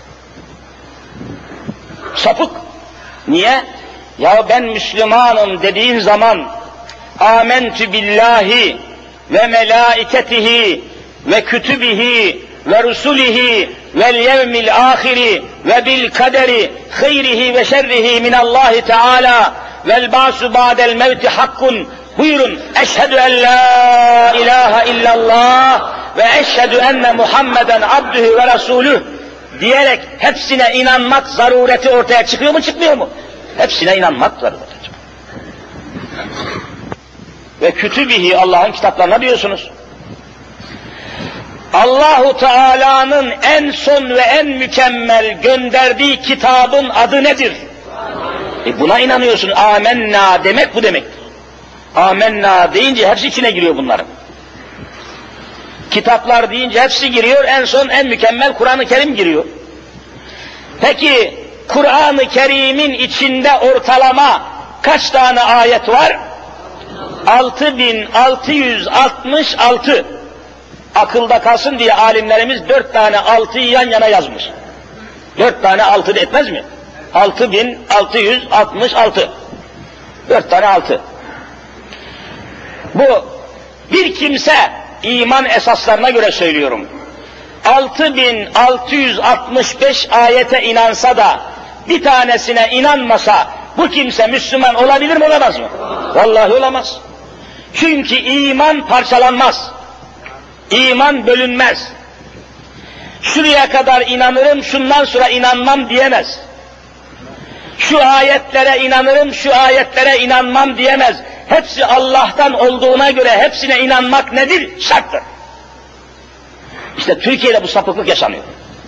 Sapık. Niye? Ya ben Müslümanım dediğin zaman âmentü billahi ve melâiketihi ve kütübihi ve rusulihi vel yevmil ahiri ve bil kaderi hayrihi ve şerrihi minallahi teâlâ vel ba'su ba'del mevti hakkun. Buyurun. Eşhedü en la ilahe illallah ve eşhedü enne Muhammeden abdühü ve rasûlüh diyerek hepsine inanmak zarureti ortaya çıkıyor mu, çıkmıyor mu? Hepsine inanmak zarureti çıkıyor. Ve kütübihi, Allah'ın kitaplarına diyorsunuz. Allahu Teala'nın en son ve en mükemmel gönderdiği kitabın adı nedir? E buna inanıyorsun. Amenna demek bu demektir. Amenna deyince hepsi içine giriyor bunların. Kitaplar deyince hepsi giriyor, en son en mükemmel Kur'an-ı Kerim giriyor. Peki Kur'an-ı Kerim'in içinde ortalama kaç tane ayet var? altı bin altı yüz altmış altı. Akılda kalsın diye alimlerimiz dört tane altıyı yan yana yazmış. Dört tane altı etmez mi? altı bin altı yüz altmış altı. Dört tane altı. Bu bir kimse iman esaslarına göre söylüyorum. altı bin altı yüz altmış beş ayete inansa da bir tanesine inanmasa bu kimse Müslüman olabilir mi, olamaz mı? Vallahi olamaz. Çünkü iman parçalanmaz. İman bölünmez. Şuraya kadar inanırım, şundan sonra inanmam diyemez. Şu ayetlere inanırım, şu ayetlere inanmam diyemez. Hepsi Allah'tan olduğuna göre hepsine inanmak nedir? Şarttır. İşte Türkiye'de bu sapıklık yaşanıyor.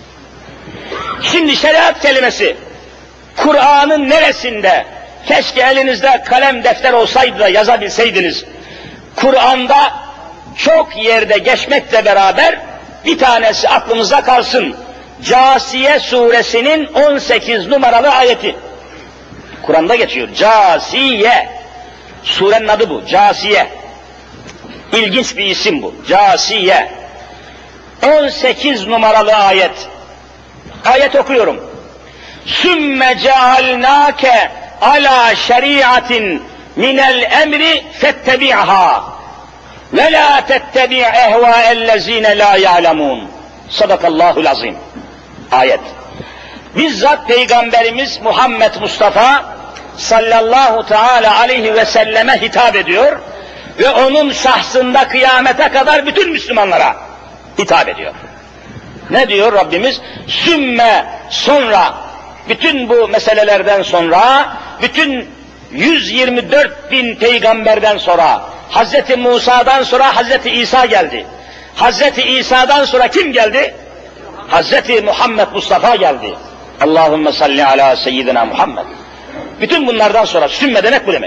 Şimdi şeriat kelimesi Kur'an'ın neresinde? Keşke elinizde kalem defter olsaydı da yazabilseydiniz. Kur'an'da çok yerde geçmekle beraber bir tanesi aklımıza kalsın. Câsiye suresinin on sekiz numaralı ayeti. Kur'an'da geçiyor. Câsiye. Surenin adı bu. Câsiye. İlginç bir isim bu. Câsiye. on sekiz numaralı ayet. Ayet okuyorum. Sümme cealnâke ala şeriatin minel emri fettebi'ha ve la tettebi' ehvâellezîne lâ ya'lemûn. Sadakallâhul azîm. Ayet. Bizzat Peygamberimiz Muhammed Mustafa sallallahu teâlâ aleyhi ve selleme hitap ediyor ve onun şahsında kıyamete kadar bütün Müslümanlara hitap ediyor. Ne diyor Rabbimiz? Sümme, sonra, bütün bu meselelerden sonra, bütün yüz yirmi dört bin peygamberden sonra, Hazreti Musa'dan sonra Hazreti İsa geldi. Hazreti İsa'dan sonra kim geldi? Hazreti Muhammed Mustafa geldi. Allahümme salli ala seyyidina Muhammed. Bütün bunlardan sonra sümme demek bu demek.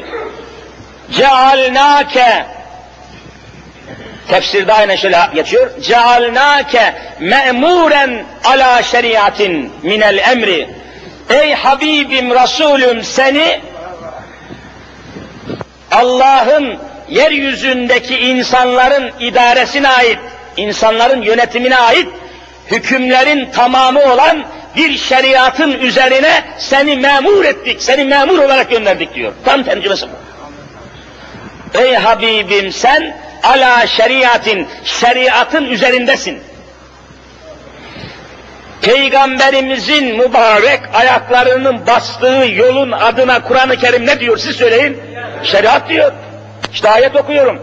Cealnâke, tefsirde aynen şöyle geçiyor. Cealnâke me'mûren ala şeriatin minel emri. Ey Habibim, Resulüm, seni Allah'ın yeryüzündeki insanların idaresine ait, insanların yönetimine ait hükümlerin tamamı olan bir şeriatın üzerine seni memur ettik, seni memur olarak gönderdik diyor. Tam tercümesi bu. Ey Habibim sen ala şeriatin, şeriatın üzerindesin. Peygamberimizin mübarek ayaklarının bastığı yolun adına Kur'an-ı Kerim ne diyor siz söyleyin? Şeriat diyor. İşte ayet okuyorum.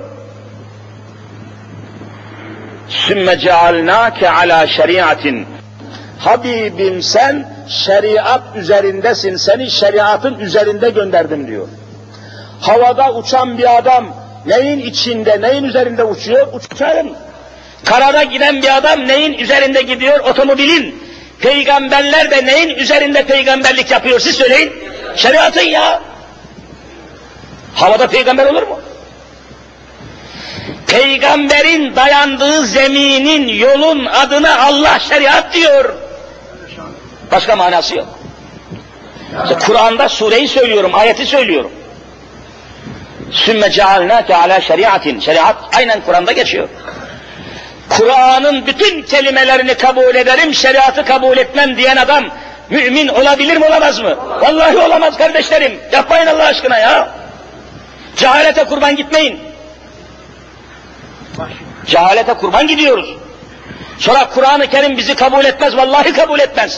Sümme cealnâke alâ şeriatin. Habibim sen şeriat üzerindesin, seni şeriatın üzerinde gönderdim diyor. Havada uçan bir adam neyin içinde, neyin üzerinde uçuyor? Uçarın. Karada giden bir adam neyin üzerinde gidiyor? Otomobilin. Peygamberler de neyin üzerinde peygamberlik yapıyor? Siz söyleyin. Şeriatın ya. Havada peygamber olur mu? Peygamberin dayandığı zeminin, yolun adına Allah şeriat diyor. Başka manası yok. İşte Kur'an'da sureyi söylüyorum, ayeti söylüyorum. Sümme cealnâke alâ şeriatin. Şeriat aynen Kur'an'da geçiyor. Kur'an'ın bütün kelimelerini kabul ederim, şeriatı kabul etmem diyen adam mümin olabilir mi, olamaz mı? Vallahi olamaz kardeşlerim. Yapmayın Allah aşkına ya. Cehalete kurban gitmeyin. Cehalete kurban gidiyoruz. Sonra Kur'an-ı Kerim bizi kabul etmez, vallahi kabul etmez.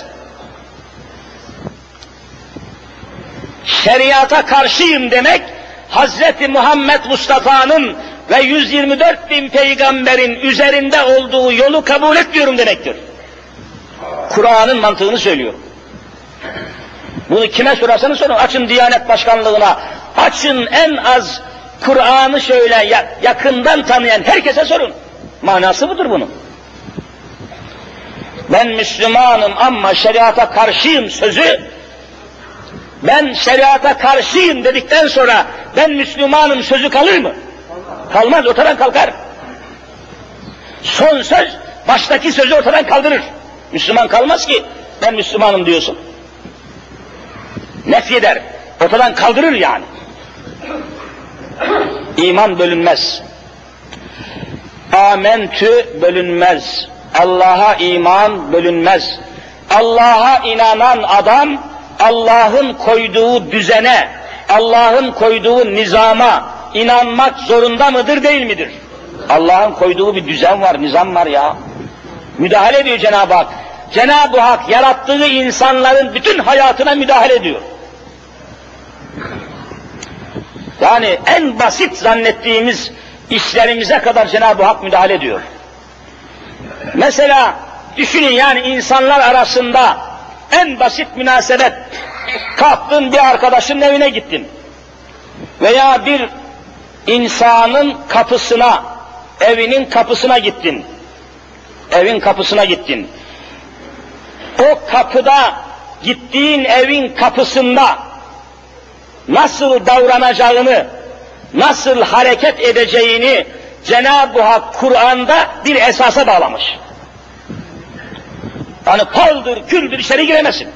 Şeriata karşıyım demek, Hazreti Muhammed Mustafa'nın ve yüz yirmi dört bin peygamberin üzerinde olduğu yolu kabul etmiyorum demektir. Kur'an'ın mantığını söylüyorum. Bunu kime sorarsanız sorun, açın Diyanet Başkanlığı'na, açın en az Kur'an'ı şöyle yakından tanıyan herkese sorun. Manası budur bunun. Ben Müslümanım ama şeriata karşıyım sözü, ben şeriata karşıyım dedikten sonra ben Müslümanım sözü kalır mı? Kalmaz, ortadan kalkar. Son söz baştaki sözü ortadan kaldırır. Müslüman kalmaz ki ben Müslümanım diyorsun. Nefyeder, ortadan kaldırır yani. İman bölünmez. Amentü bölünmez. Allah'a iman bölünmez. Allah'a inanan adam Allah'ın koyduğu düzene, Allah'ın koyduğu nizama inanmak zorunda mıdır, değil midir? Allah'ın koyduğu bir düzen var, nizam var ya. Müdahale ediyor Cenab-ı Hak. Cenab-ı Hak yarattığı insanların bütün hayatına müdahale ediyor. Yani en basit zannettiğimiz işlerimize kadar Cenab-ı Hak müdahale ediyor. Mesela düşünün, yani insanlar arasında en basit münasebet, kalktın bir arkadaşın evine gittin veya bir insanın kapısına, evinin kapısına gittin, evin kapısına gittin. O kapıda, gittiğin evin kapısında nasıl davranacağını, nasıl hareket edeceğini Cenab-ı Hak Kur'an'da bir esasa bağlamış. Yani paldır, küldür içeri giremezsin.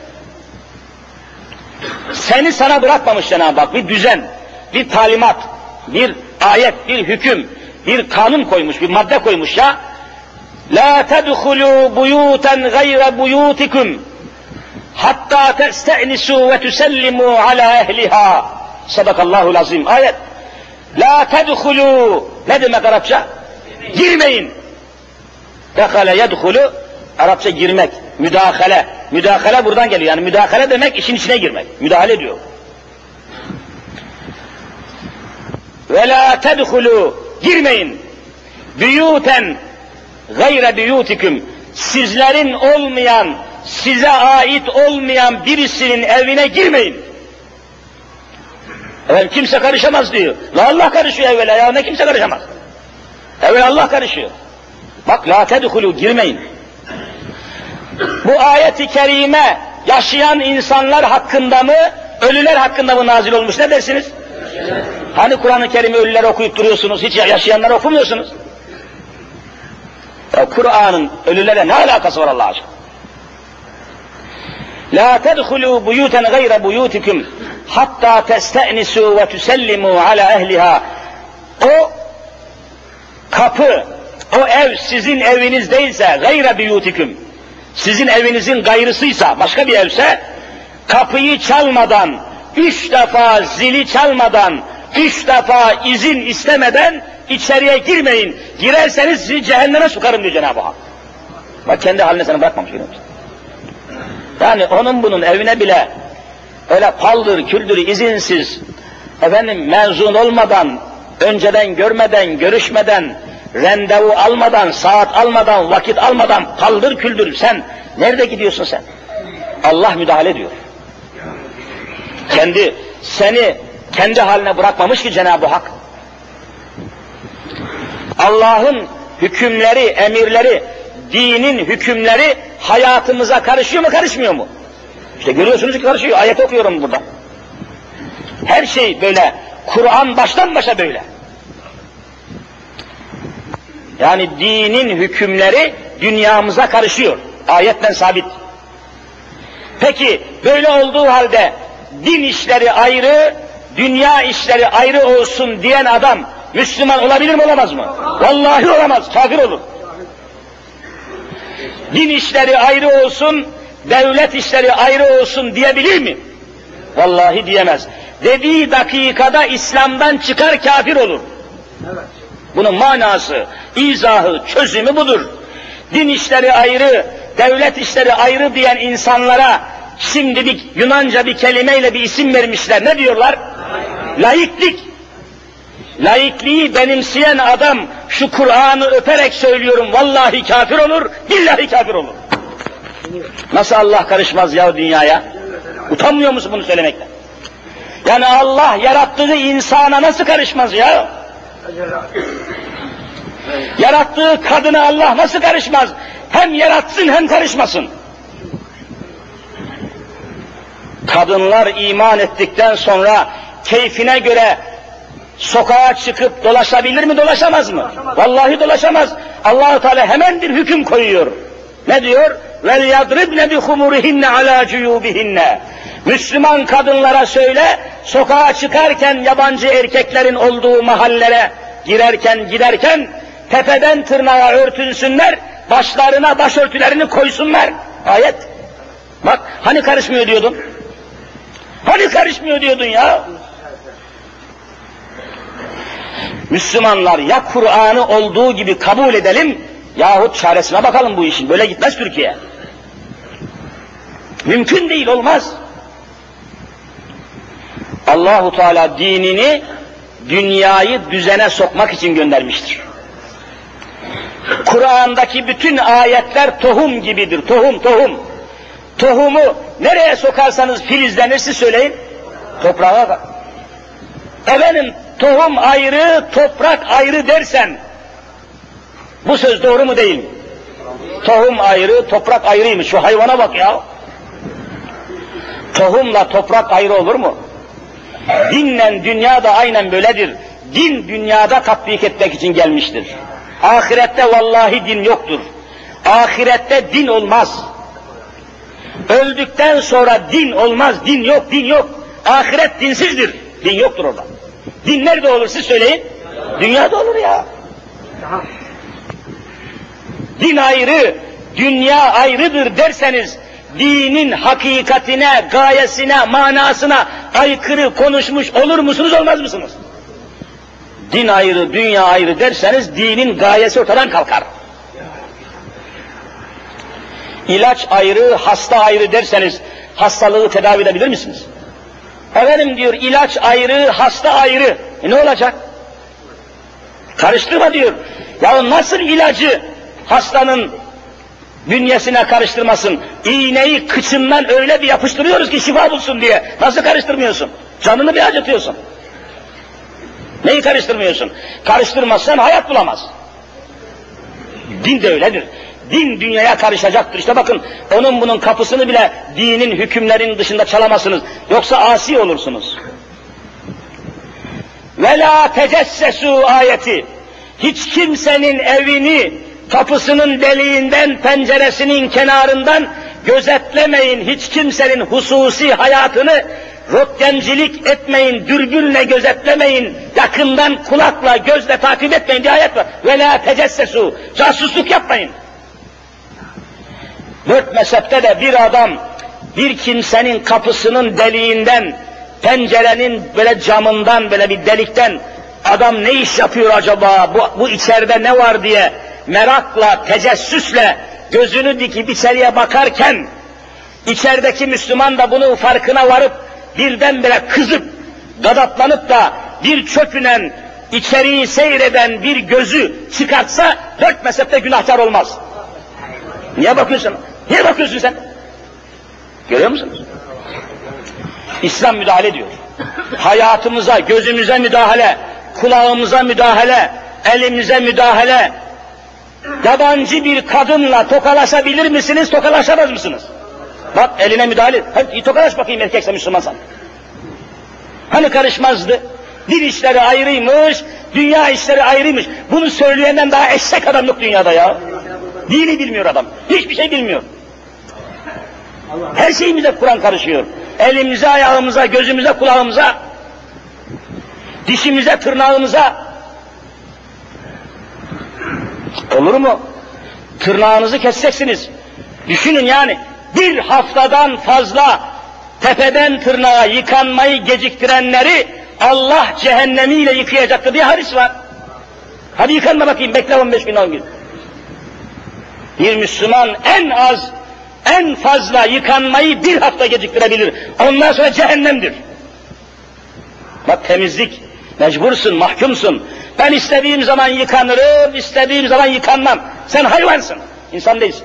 Seni sana bırakmamış Cenab-ı Hak. Bir düzen, bir talimat, bir ayet, bir hüküm, bir kanun koymuş, bir madde koymuş ya. La tedhulû buyûten gayre buyûtikum hatta teste'nisû ve tüsellimû alâ ehliha. Sadakallahul azim. Ayet. La tedhulû. Ne demek Arapça? Girmeyin. Dekale yedhulû. Arapça girmek, müdahale. Müdahale buradan geliyor. Yani müdahale demek işin içine girmek. Müdahale ediyor. Ve la tedhulû. Girmeyin. Buyûten gayre buyûtiküm. Sizlerin olmayan, size ait olmayan birisinin evine girmeyin. Efendim kimse karışamaz diyor. La Allah karışıyor evvela ya, ne kimse karışamaz. Evvela Allah karışıyor. Bak la tedhulû, girmeyin. Bu ayet-i kerime yaşayan insanlar hakkında mı, ölüler hakkında mı nazil olmuş, ne dersiniz? Hani Kur'an-ı Kerim'i ölüler okuyup duruyorsunuz, hiç yaşayanlar okumuyorsunuz? Kur'an'ın ölülere ne alakası var Allah aşkına? La tedhulû buyûten gayre buyûtikum hatta teste'nisû ve tüsellimû alâ ehliha. O kapı, o ev sizin eviniz değilse, gayre buyûtikum, sizin evinizin gayrısıysa, başka bir evse, kapıyı çalmadan, üç defa zili çalmadan, üç defa izin istemeden içeriye girmeyin. Girerseniz sizi cehenneme sokarım diyor Cenab-ı Hak. Bak kendi haline seni bırakmamış. Yani onun bunun evine bile öyle paldır küldür izinsiz, efendim mezun olmadan, önceden görmeden, görüşmeden, randevu almadan, saat almadan, vakit almadan paldır küldür sen nerede gidiyorsun sen? Allah müdahale ediyor. Kendi, seni kendi haline bırakmamış ki Cenab-ı Hak. Allah'ın hükümleri, emirleri, dinin hükümleri hayatımıza karışıyor mu, karışmıyor mu? İşte görüyorsunuz ki karışıyor. Ayet okuyorum burada. Her şey böyle. Kur'an baştan başa böyle. Yani dinin hükümleri dünyamıza karışıyor. Ayetten sabit. Peki böyle olduğu halde din işleri ayrı, dünya işleri ayrı olsun diyen adam Müslüman olabilir mi, olamaz mı? Vallahi olamaz, kafir olur. Din işleri ayrı olsun, devlet işleri ayrı olsun diyebilir mi? Vallahi diyemez. Dediği dakikada İslam'dan çıkar, kafir olur. Bunun manası, izahı, çözümü budur. Din işleri ayrı, devlet işleri ayrı diyen insanlara şimdi bir Yunanca bir kelimeyle bir isim vermişler. Ne diyorlar? Laiklik. Laikliği benimseyen adam şu Kur'an'ı öperek söylüyorum, vallahi kafir olur, billahi kafir olur. Nasıl Allah karışmaz ya dünyaya? Utanmıyor musun bunu söylemekten? Yani Allah yarattığı insana nasıl karışmaz ya? Yarattığı kadına Allah nasıl karışmaz? Hem yaratsın hem karışmasın. Kadınlar iman ettikten sonra keyfine göre sokağa çıkıp dolaşabilir mi, dolaşamaz mı? Vallahi dolaşamaz. Allah-u Teala hemen bir hüküm koyuyor. Ne diyor? وَلْيَضْرِبْنَ بِخُمُرِهِنَّ عَلَى جُيُوبِهِنَّ Müslüman kadınlara söyle, sokağa çıkarken yabancı erkeklerin olduğu mahallere girerken giderken tepeden tırnağa örtünsünler, başlarına başörtülerini koysunlar. Ayet. Bak hani karışmıyor diyordun? Hani karışmıyor diyordun ya? Müslümanlar ya Kur'an'ı olduğu gibi kabul edelim yahut çaresine bakalım bu işin. Böyle gitmez Türkiye. Mümkün değil, olmaz. Allahu Teala dinini dünyayı düzene sokmak için göndermiştir. Kur'an'daki bütün ayetler tohum gibidir. Tohum, tohum. Tohumu nereye sokarsanız filizlenir, siz söyleyin. Toprağa. Efendim tohum ayrı, toprak ayrı dersen bu söz doğru mu değil mi? Tohum ayrı, toprak ayrıymış. Şu hayvana bak ya. Tohumla toprak ayrı olur mu? Dinle dünya da aynen böyledir. Din dünyada tatbik etmek için gelmiştir. Ahirette vallahi din yoktur. Ahirette din olmaz. Öldükten sonra din olmaz, din yok, din yok. Ahiret dinsizdir. Din yoktur orada. Din nerede olur siz söyleyin? Dünyada olur ya. Din ayrı, dünya ayrıdır derseniz, dinin hakikatine, gayesine, manasına aykırı konuşmuş olur musunuz, olmaz mısınız? Din ayrı, dünya ayrı derseniz, dinin gayesi ortadan kalkar. İlaç ayrı, hasta ayrı derseniz, hastalığı tedavi edebilir misiniz? Efendim diyor, ilaç ayrı, hasta ayrı. E ne olacak? Karıştırma diyor. Ya nasıl ilacı hastanın bünyesine karıştırmasın? İğneyi kıçından öyle bir yapıştırıyoruz ki şifa bulsun diye. Nasıl karıştırmıyorsun? Canını bir acıtıyorsun. Neyi karıştırmıyorsun? Karıştırmazsan hayat bulamaz. Din de öyledir. Din dünyaya karışacaktır. İşte bakın, onun bunun kapısını bile dinin hükümlerinin dışında çalamazsınız. Yoksa asi olursunuz. وَلَا تَجَسَّسُوا ayeti. Hiç kimsenin evini, kapısının deliğinden, penceresinin kenarından gözetlemeyin. Hiç kimsenin hususi hayatını röntgencilik etmeyin, dürbünle gözetlemeyin, yakından kulakla, gözle takip etmeyin diye ayet var. وَلَا تَجَسَّسُوا Casusluk yapmayın. Dört mezhepte de bir adam bir kimsenin kapısının deliğinden, pencerenin böyle camından, böyle bir delikten adam ne iş yapıyor acaba, bu, bu içeride ne var diye merakla, tecessüsle gözünü dikip içeriye bakarken içerideki Müslüman da bunun farkına varıp birdenbire kızıp, gadaplanıp da bir çöpünen içeriği seyreden bir gözü çıkartsa dört mezhepte günahkar olmaz. Niye bakıyorsun? Niye bakıyorsun sen? Görüyor musunuz? İslam müdahale ediyor. Hayatımıza, gözümüze müdahale, kulağımıza müdahale, elimize müdahale. Yabancı bir kadınla tokalaşabilir misiniz, tokalaşamaz mısınız? Bak eline müdahale. Hadi tokalaş bakayım erkekse Müslümansan. Hani karışmazdı? Din işleri ayrıymış, dünya işleri ayrıymış. Bunu söyleyenden daha eşek adam yok dünyada ya. Dini bilmiyor adam. Hiçbir şey bilmiyor. Her şeyimize Kur'an karışıyor. Elimize, ayağımıza, gözümüze, kulağımıza, dişimize, tırnağımıza. Olur mu? Tırnağınızı keseceksiniz. Düşünün yani. Bir haftadan fazla tepeden tırnağa yıkanmayı geciktirenleri Allah cehennemiyle yıkayacaktı diye hadis var. Hadi yıkanma bakayım, bekle on beş gün on gün. Bir Müslüman en az, en fazla yıkanmayı bir hafta geciktirebilir. Ondan sonra cehennemdir. Bak temizlik, mecbursun, mahkumsun. Ben istediğim zaman yıkanırım, istediğim zaman yıkanmam. Sen hayvansın, insan değilsin.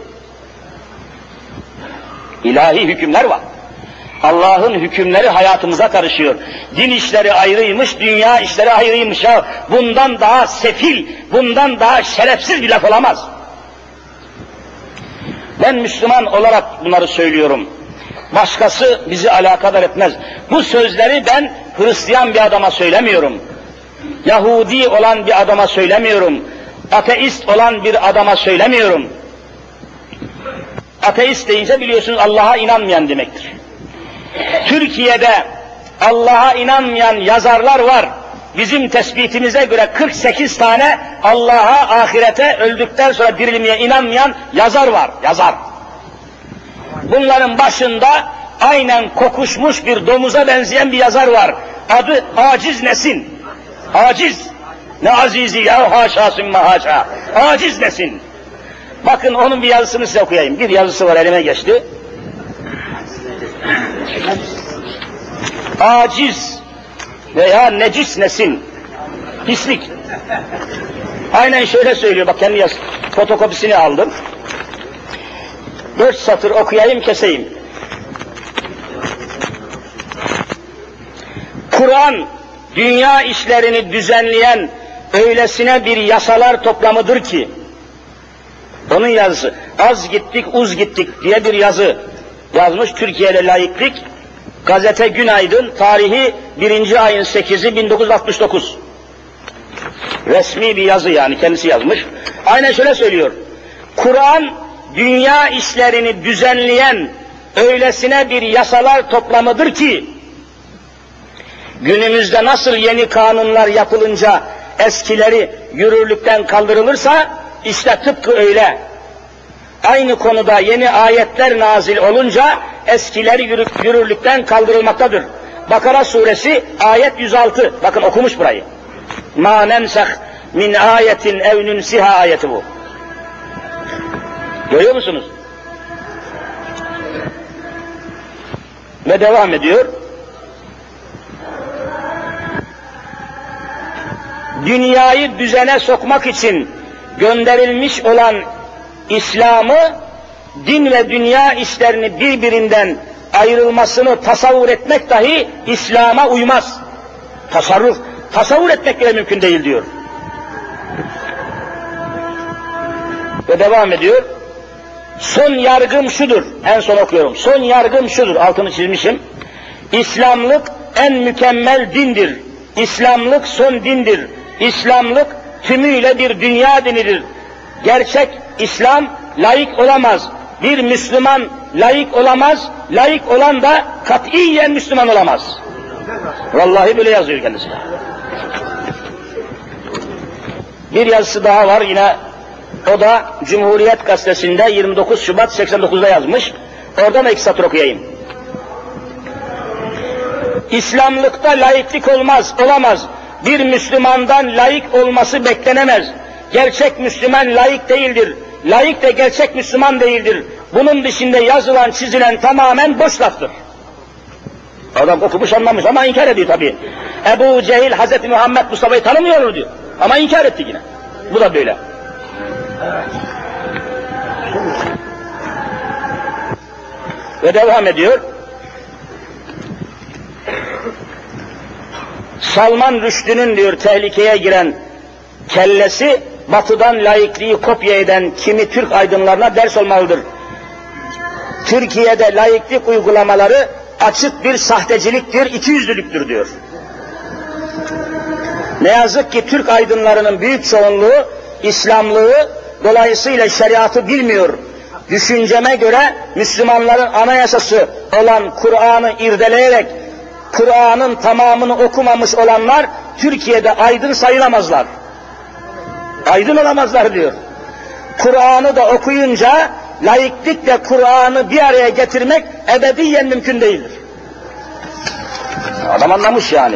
İlahi hükümler var. Allah'ın hükümleri hayatımıza karışıyor. Din işleri ayrıymış, dünya işleri ayrıymış ya. Bundan daha sefil, bundan daha şerefsiz bir laf olamaz. Ben Müslüman olarak bunları söylüyorum. Başkası bizi alakadar etmez. Bu sözleri ben Hristiyan bir adama söylemiyorum. Yahudi olan bir adama söylemiyorum. Ateist olan bir adama söylemiyorum. Ateist deyince biliyorsunuz Allah'a inanmayan demektir. Türkiye'de Allah'a inanmayan yazarlar var. Bizim tespitimize göre kırk sekiz tane Allah'a, ahirete, öldükten sonra dirilmeye inanmayan yazar var, yazar. Bunların başında aynen kokuşmuş bir domuza benzeyen bir yazar var. Adı Aciz Nesin. Aciz. Ne azizi ya, haşa sümme haşa. Aciz Nesin. Bakın onun bir yazısını size okuyayım. Bir yazısı var, elime geçti. Aciz veya necis nesin, pislik. Aynen şöyle söylüyor, bak kendi yaz, fotokopisini aldım. Dört satır okuyayım, keseyim. Kur'an, dünya işlerini düzenleyen öylesine bir yasalar toplamıdır ki, onun yazısı, az gittik, uz gittik diye bir yazı yazmış, Türkiye'de laiklik. Gazete Günaydın, tarihi birinci ayın sekizi bin dokuz yüz altmış dokuz. Resmi bir yazı yani, kendisi yazmış. Aynen şöyle söylüyor. Kur'an, dünya işlerini düzenleyen öylesine bir yasalar toplamıdır ki, günümüzde nasıl yeni kanunlar yapılınca eskileri yürürlükten kaldırılırsa, işte tıpkı öyle. Aynı konuda yeni ayetler nazil olunca eskileri yürürlükten kaldırılmaktadır. Bakara suresi ayet yüz altı. Bakın okumuş burayı. Ma nemsah min ayetin ev nunsiha ayeti bu. Görüyor musunuz? Ve devam ediyor. Dünyayı düzene sokmak için gönderilmiş olan İslam'ı, din ve dünya işlerini birbirinden ayrılmasını tasavvur etmek dahi İslam'a uymaz. Tasarruf, tasavvur etmek bile mümkün değil diyor. Ve devam ediyor. Son yargım şudur, en son okuyorum. Son yargım şudur, altını çizmişim. İslamlık en mükemmel dindir. İslamlık son dindir. İslamlık tümüyle bir dünya dinidir. Gerçek İslam laik olamaz. Bir Müslüman laik olamaz. Laik olan da katiyen Müslüman olamaz. Vallahi böyle yazıyor kendisi. Bir yazısı daha var yine O da Cumhuriyet Gazetesi'nde yirmi dokuz Şubat seksen dokuz'da yazmış. Oradan iki satır okuyayım. İslamlıkta laiklik olmaz, olamaz. Bir Müslümandan laik olması beklenemez. Gerçek Müslüman laik değildir. Laik de gerçek Müslüman değildir. Bunun dışında yazılan, çizilen tamamen boş laftır. Adam okumuş anlamış ama inkar ediyor tabii. Ebu Cehil Hazreti Muhammed Mustafa'yı tanımıyor diyor. Ama inkar etti yine. Bu da böyle. Ve devam ediyor. Salman Rushdie'nin diyor tehlikeye giren kellesi batıdan laikliği kopya eden kimi Türk aydınlarına ders olmalıdır. Türkiye'de laiklik uygulamaları açık bir sahteciliktir, ikiyüzlülüktür diyor. Ne yazık ki Türk aydınlarının büyük çoğunluğu İslamlığı, dolayısıyla şeriatı bilmiyor. Düşünceme göre Müslümanların anayasası olan Kur'an'ı irdeleyerek Kur'an'ın tamamını okumamış olanlar Türkiye'de aydın sayılamazlar. Aydın olamazlar diyor. Kur'an'ı da okuyunca laiklikle Kur'an'ı bir araya getirmek ebediyen mümkün değildir. Adam anlamış yani.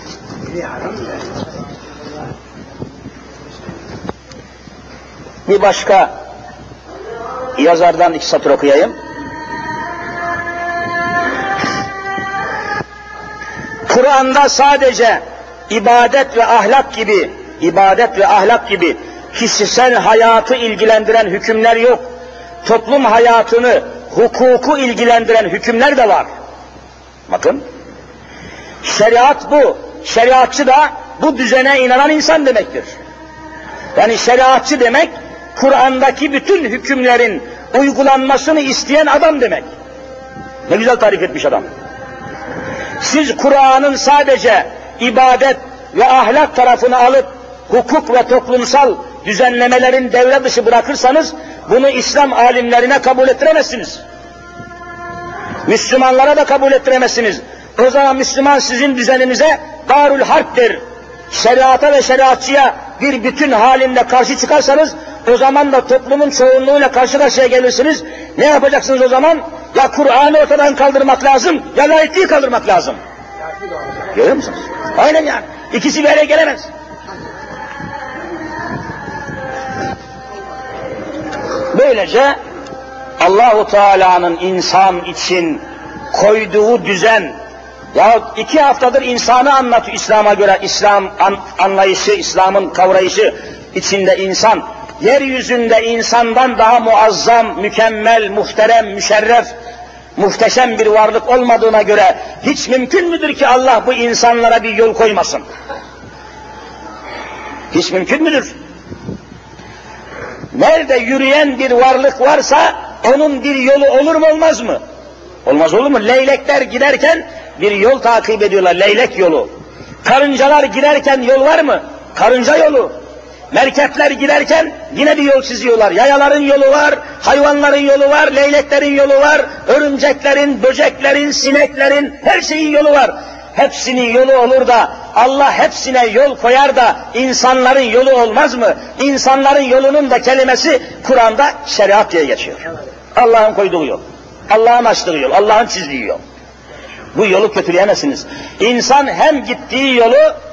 Bir başka yazardan iki satır okuyayım. Kur'an'da sadece ibadet ve ahlak gibi, ibadet ve ahlak gibi kişisel hayatı ilgilendiren hükümler yok. Toplum hayatını, hukuku ilgilendiren hükümler de var. Bakın, şeriat bu. Şeriatçı da bu düzene inanan insan demektir. Yani şeriatçı demek, Kur'an'daki bütün hükümlerin uygulanmasını isteyen adam demek. Ne güzel tarif etmiş adam. Siz Kur'an'ın sadece ibadet ve ahlak tarafını alıp hukuk ve toplumsal düzenlemelerin devre dışı bırakırsanız bunu İslam alimlerine kabul ettiremezsiniz. Müslümanlara da kabul ettiremezsiniz. O zaman Müslüman sizin düzeninize darül harptir. Şeriata ve şeriatçıya bir bütün halinde karşı çıkarsanız o zaman da toplumun çoğunluğuyla karşı karşıya gelirsiniz. Ne yapacaksınız o zaman? Ya Kur'an'ı ortadan kaldırmak lazım, ya laikliği kaldırmak lazım. Görüyor musunuz? Aynen yani. İkisi bir araya gelemez. Böylece Allahu Teala'nın insan için koyduğu düzen, ya iki haftadır insanı anlatıyor İslam'a göre, İslam an, anlayışı, İslam'ın kavrayışı içinde insan, yeryüzünde insandan daha muazzam, mükemmel, muhterem, müşerref, muhteşem bir varlık olmadığına göre hiç mümkün müdür ki Allah bu insanlara bir yol koymasın? Hiç mümkün müdür? Nerede yürüyen bir varlık varsa onun bir yolu olur mu olmaz mı? Olmaz olur mu? Leylekler giderken bir yol takip ediyorlar, leylek yolu. Karıncalar giderken yol var mı? Karınca yolu. Merkepler giderken yine bir yol çiziyorlar. Yayaların yolu var, hayvanların yolu var, leyleklerin yolu var, örümceklerin, böceklerin, sineklerin, her şeyin yolu var. Hepsinin yolu olur da Allah hepsine yol koyar da insanların yolu olmaz mı? İnsanların yolunun da kelimesi Kur'an'da şeriat diye geçiyor. Allah'ın koyduğu yol, Allah'ın açtığı yol, Allah'ın çizdiği yol. Bu yolu kötüleyemezsiniz. İnsan hem gittiği yolu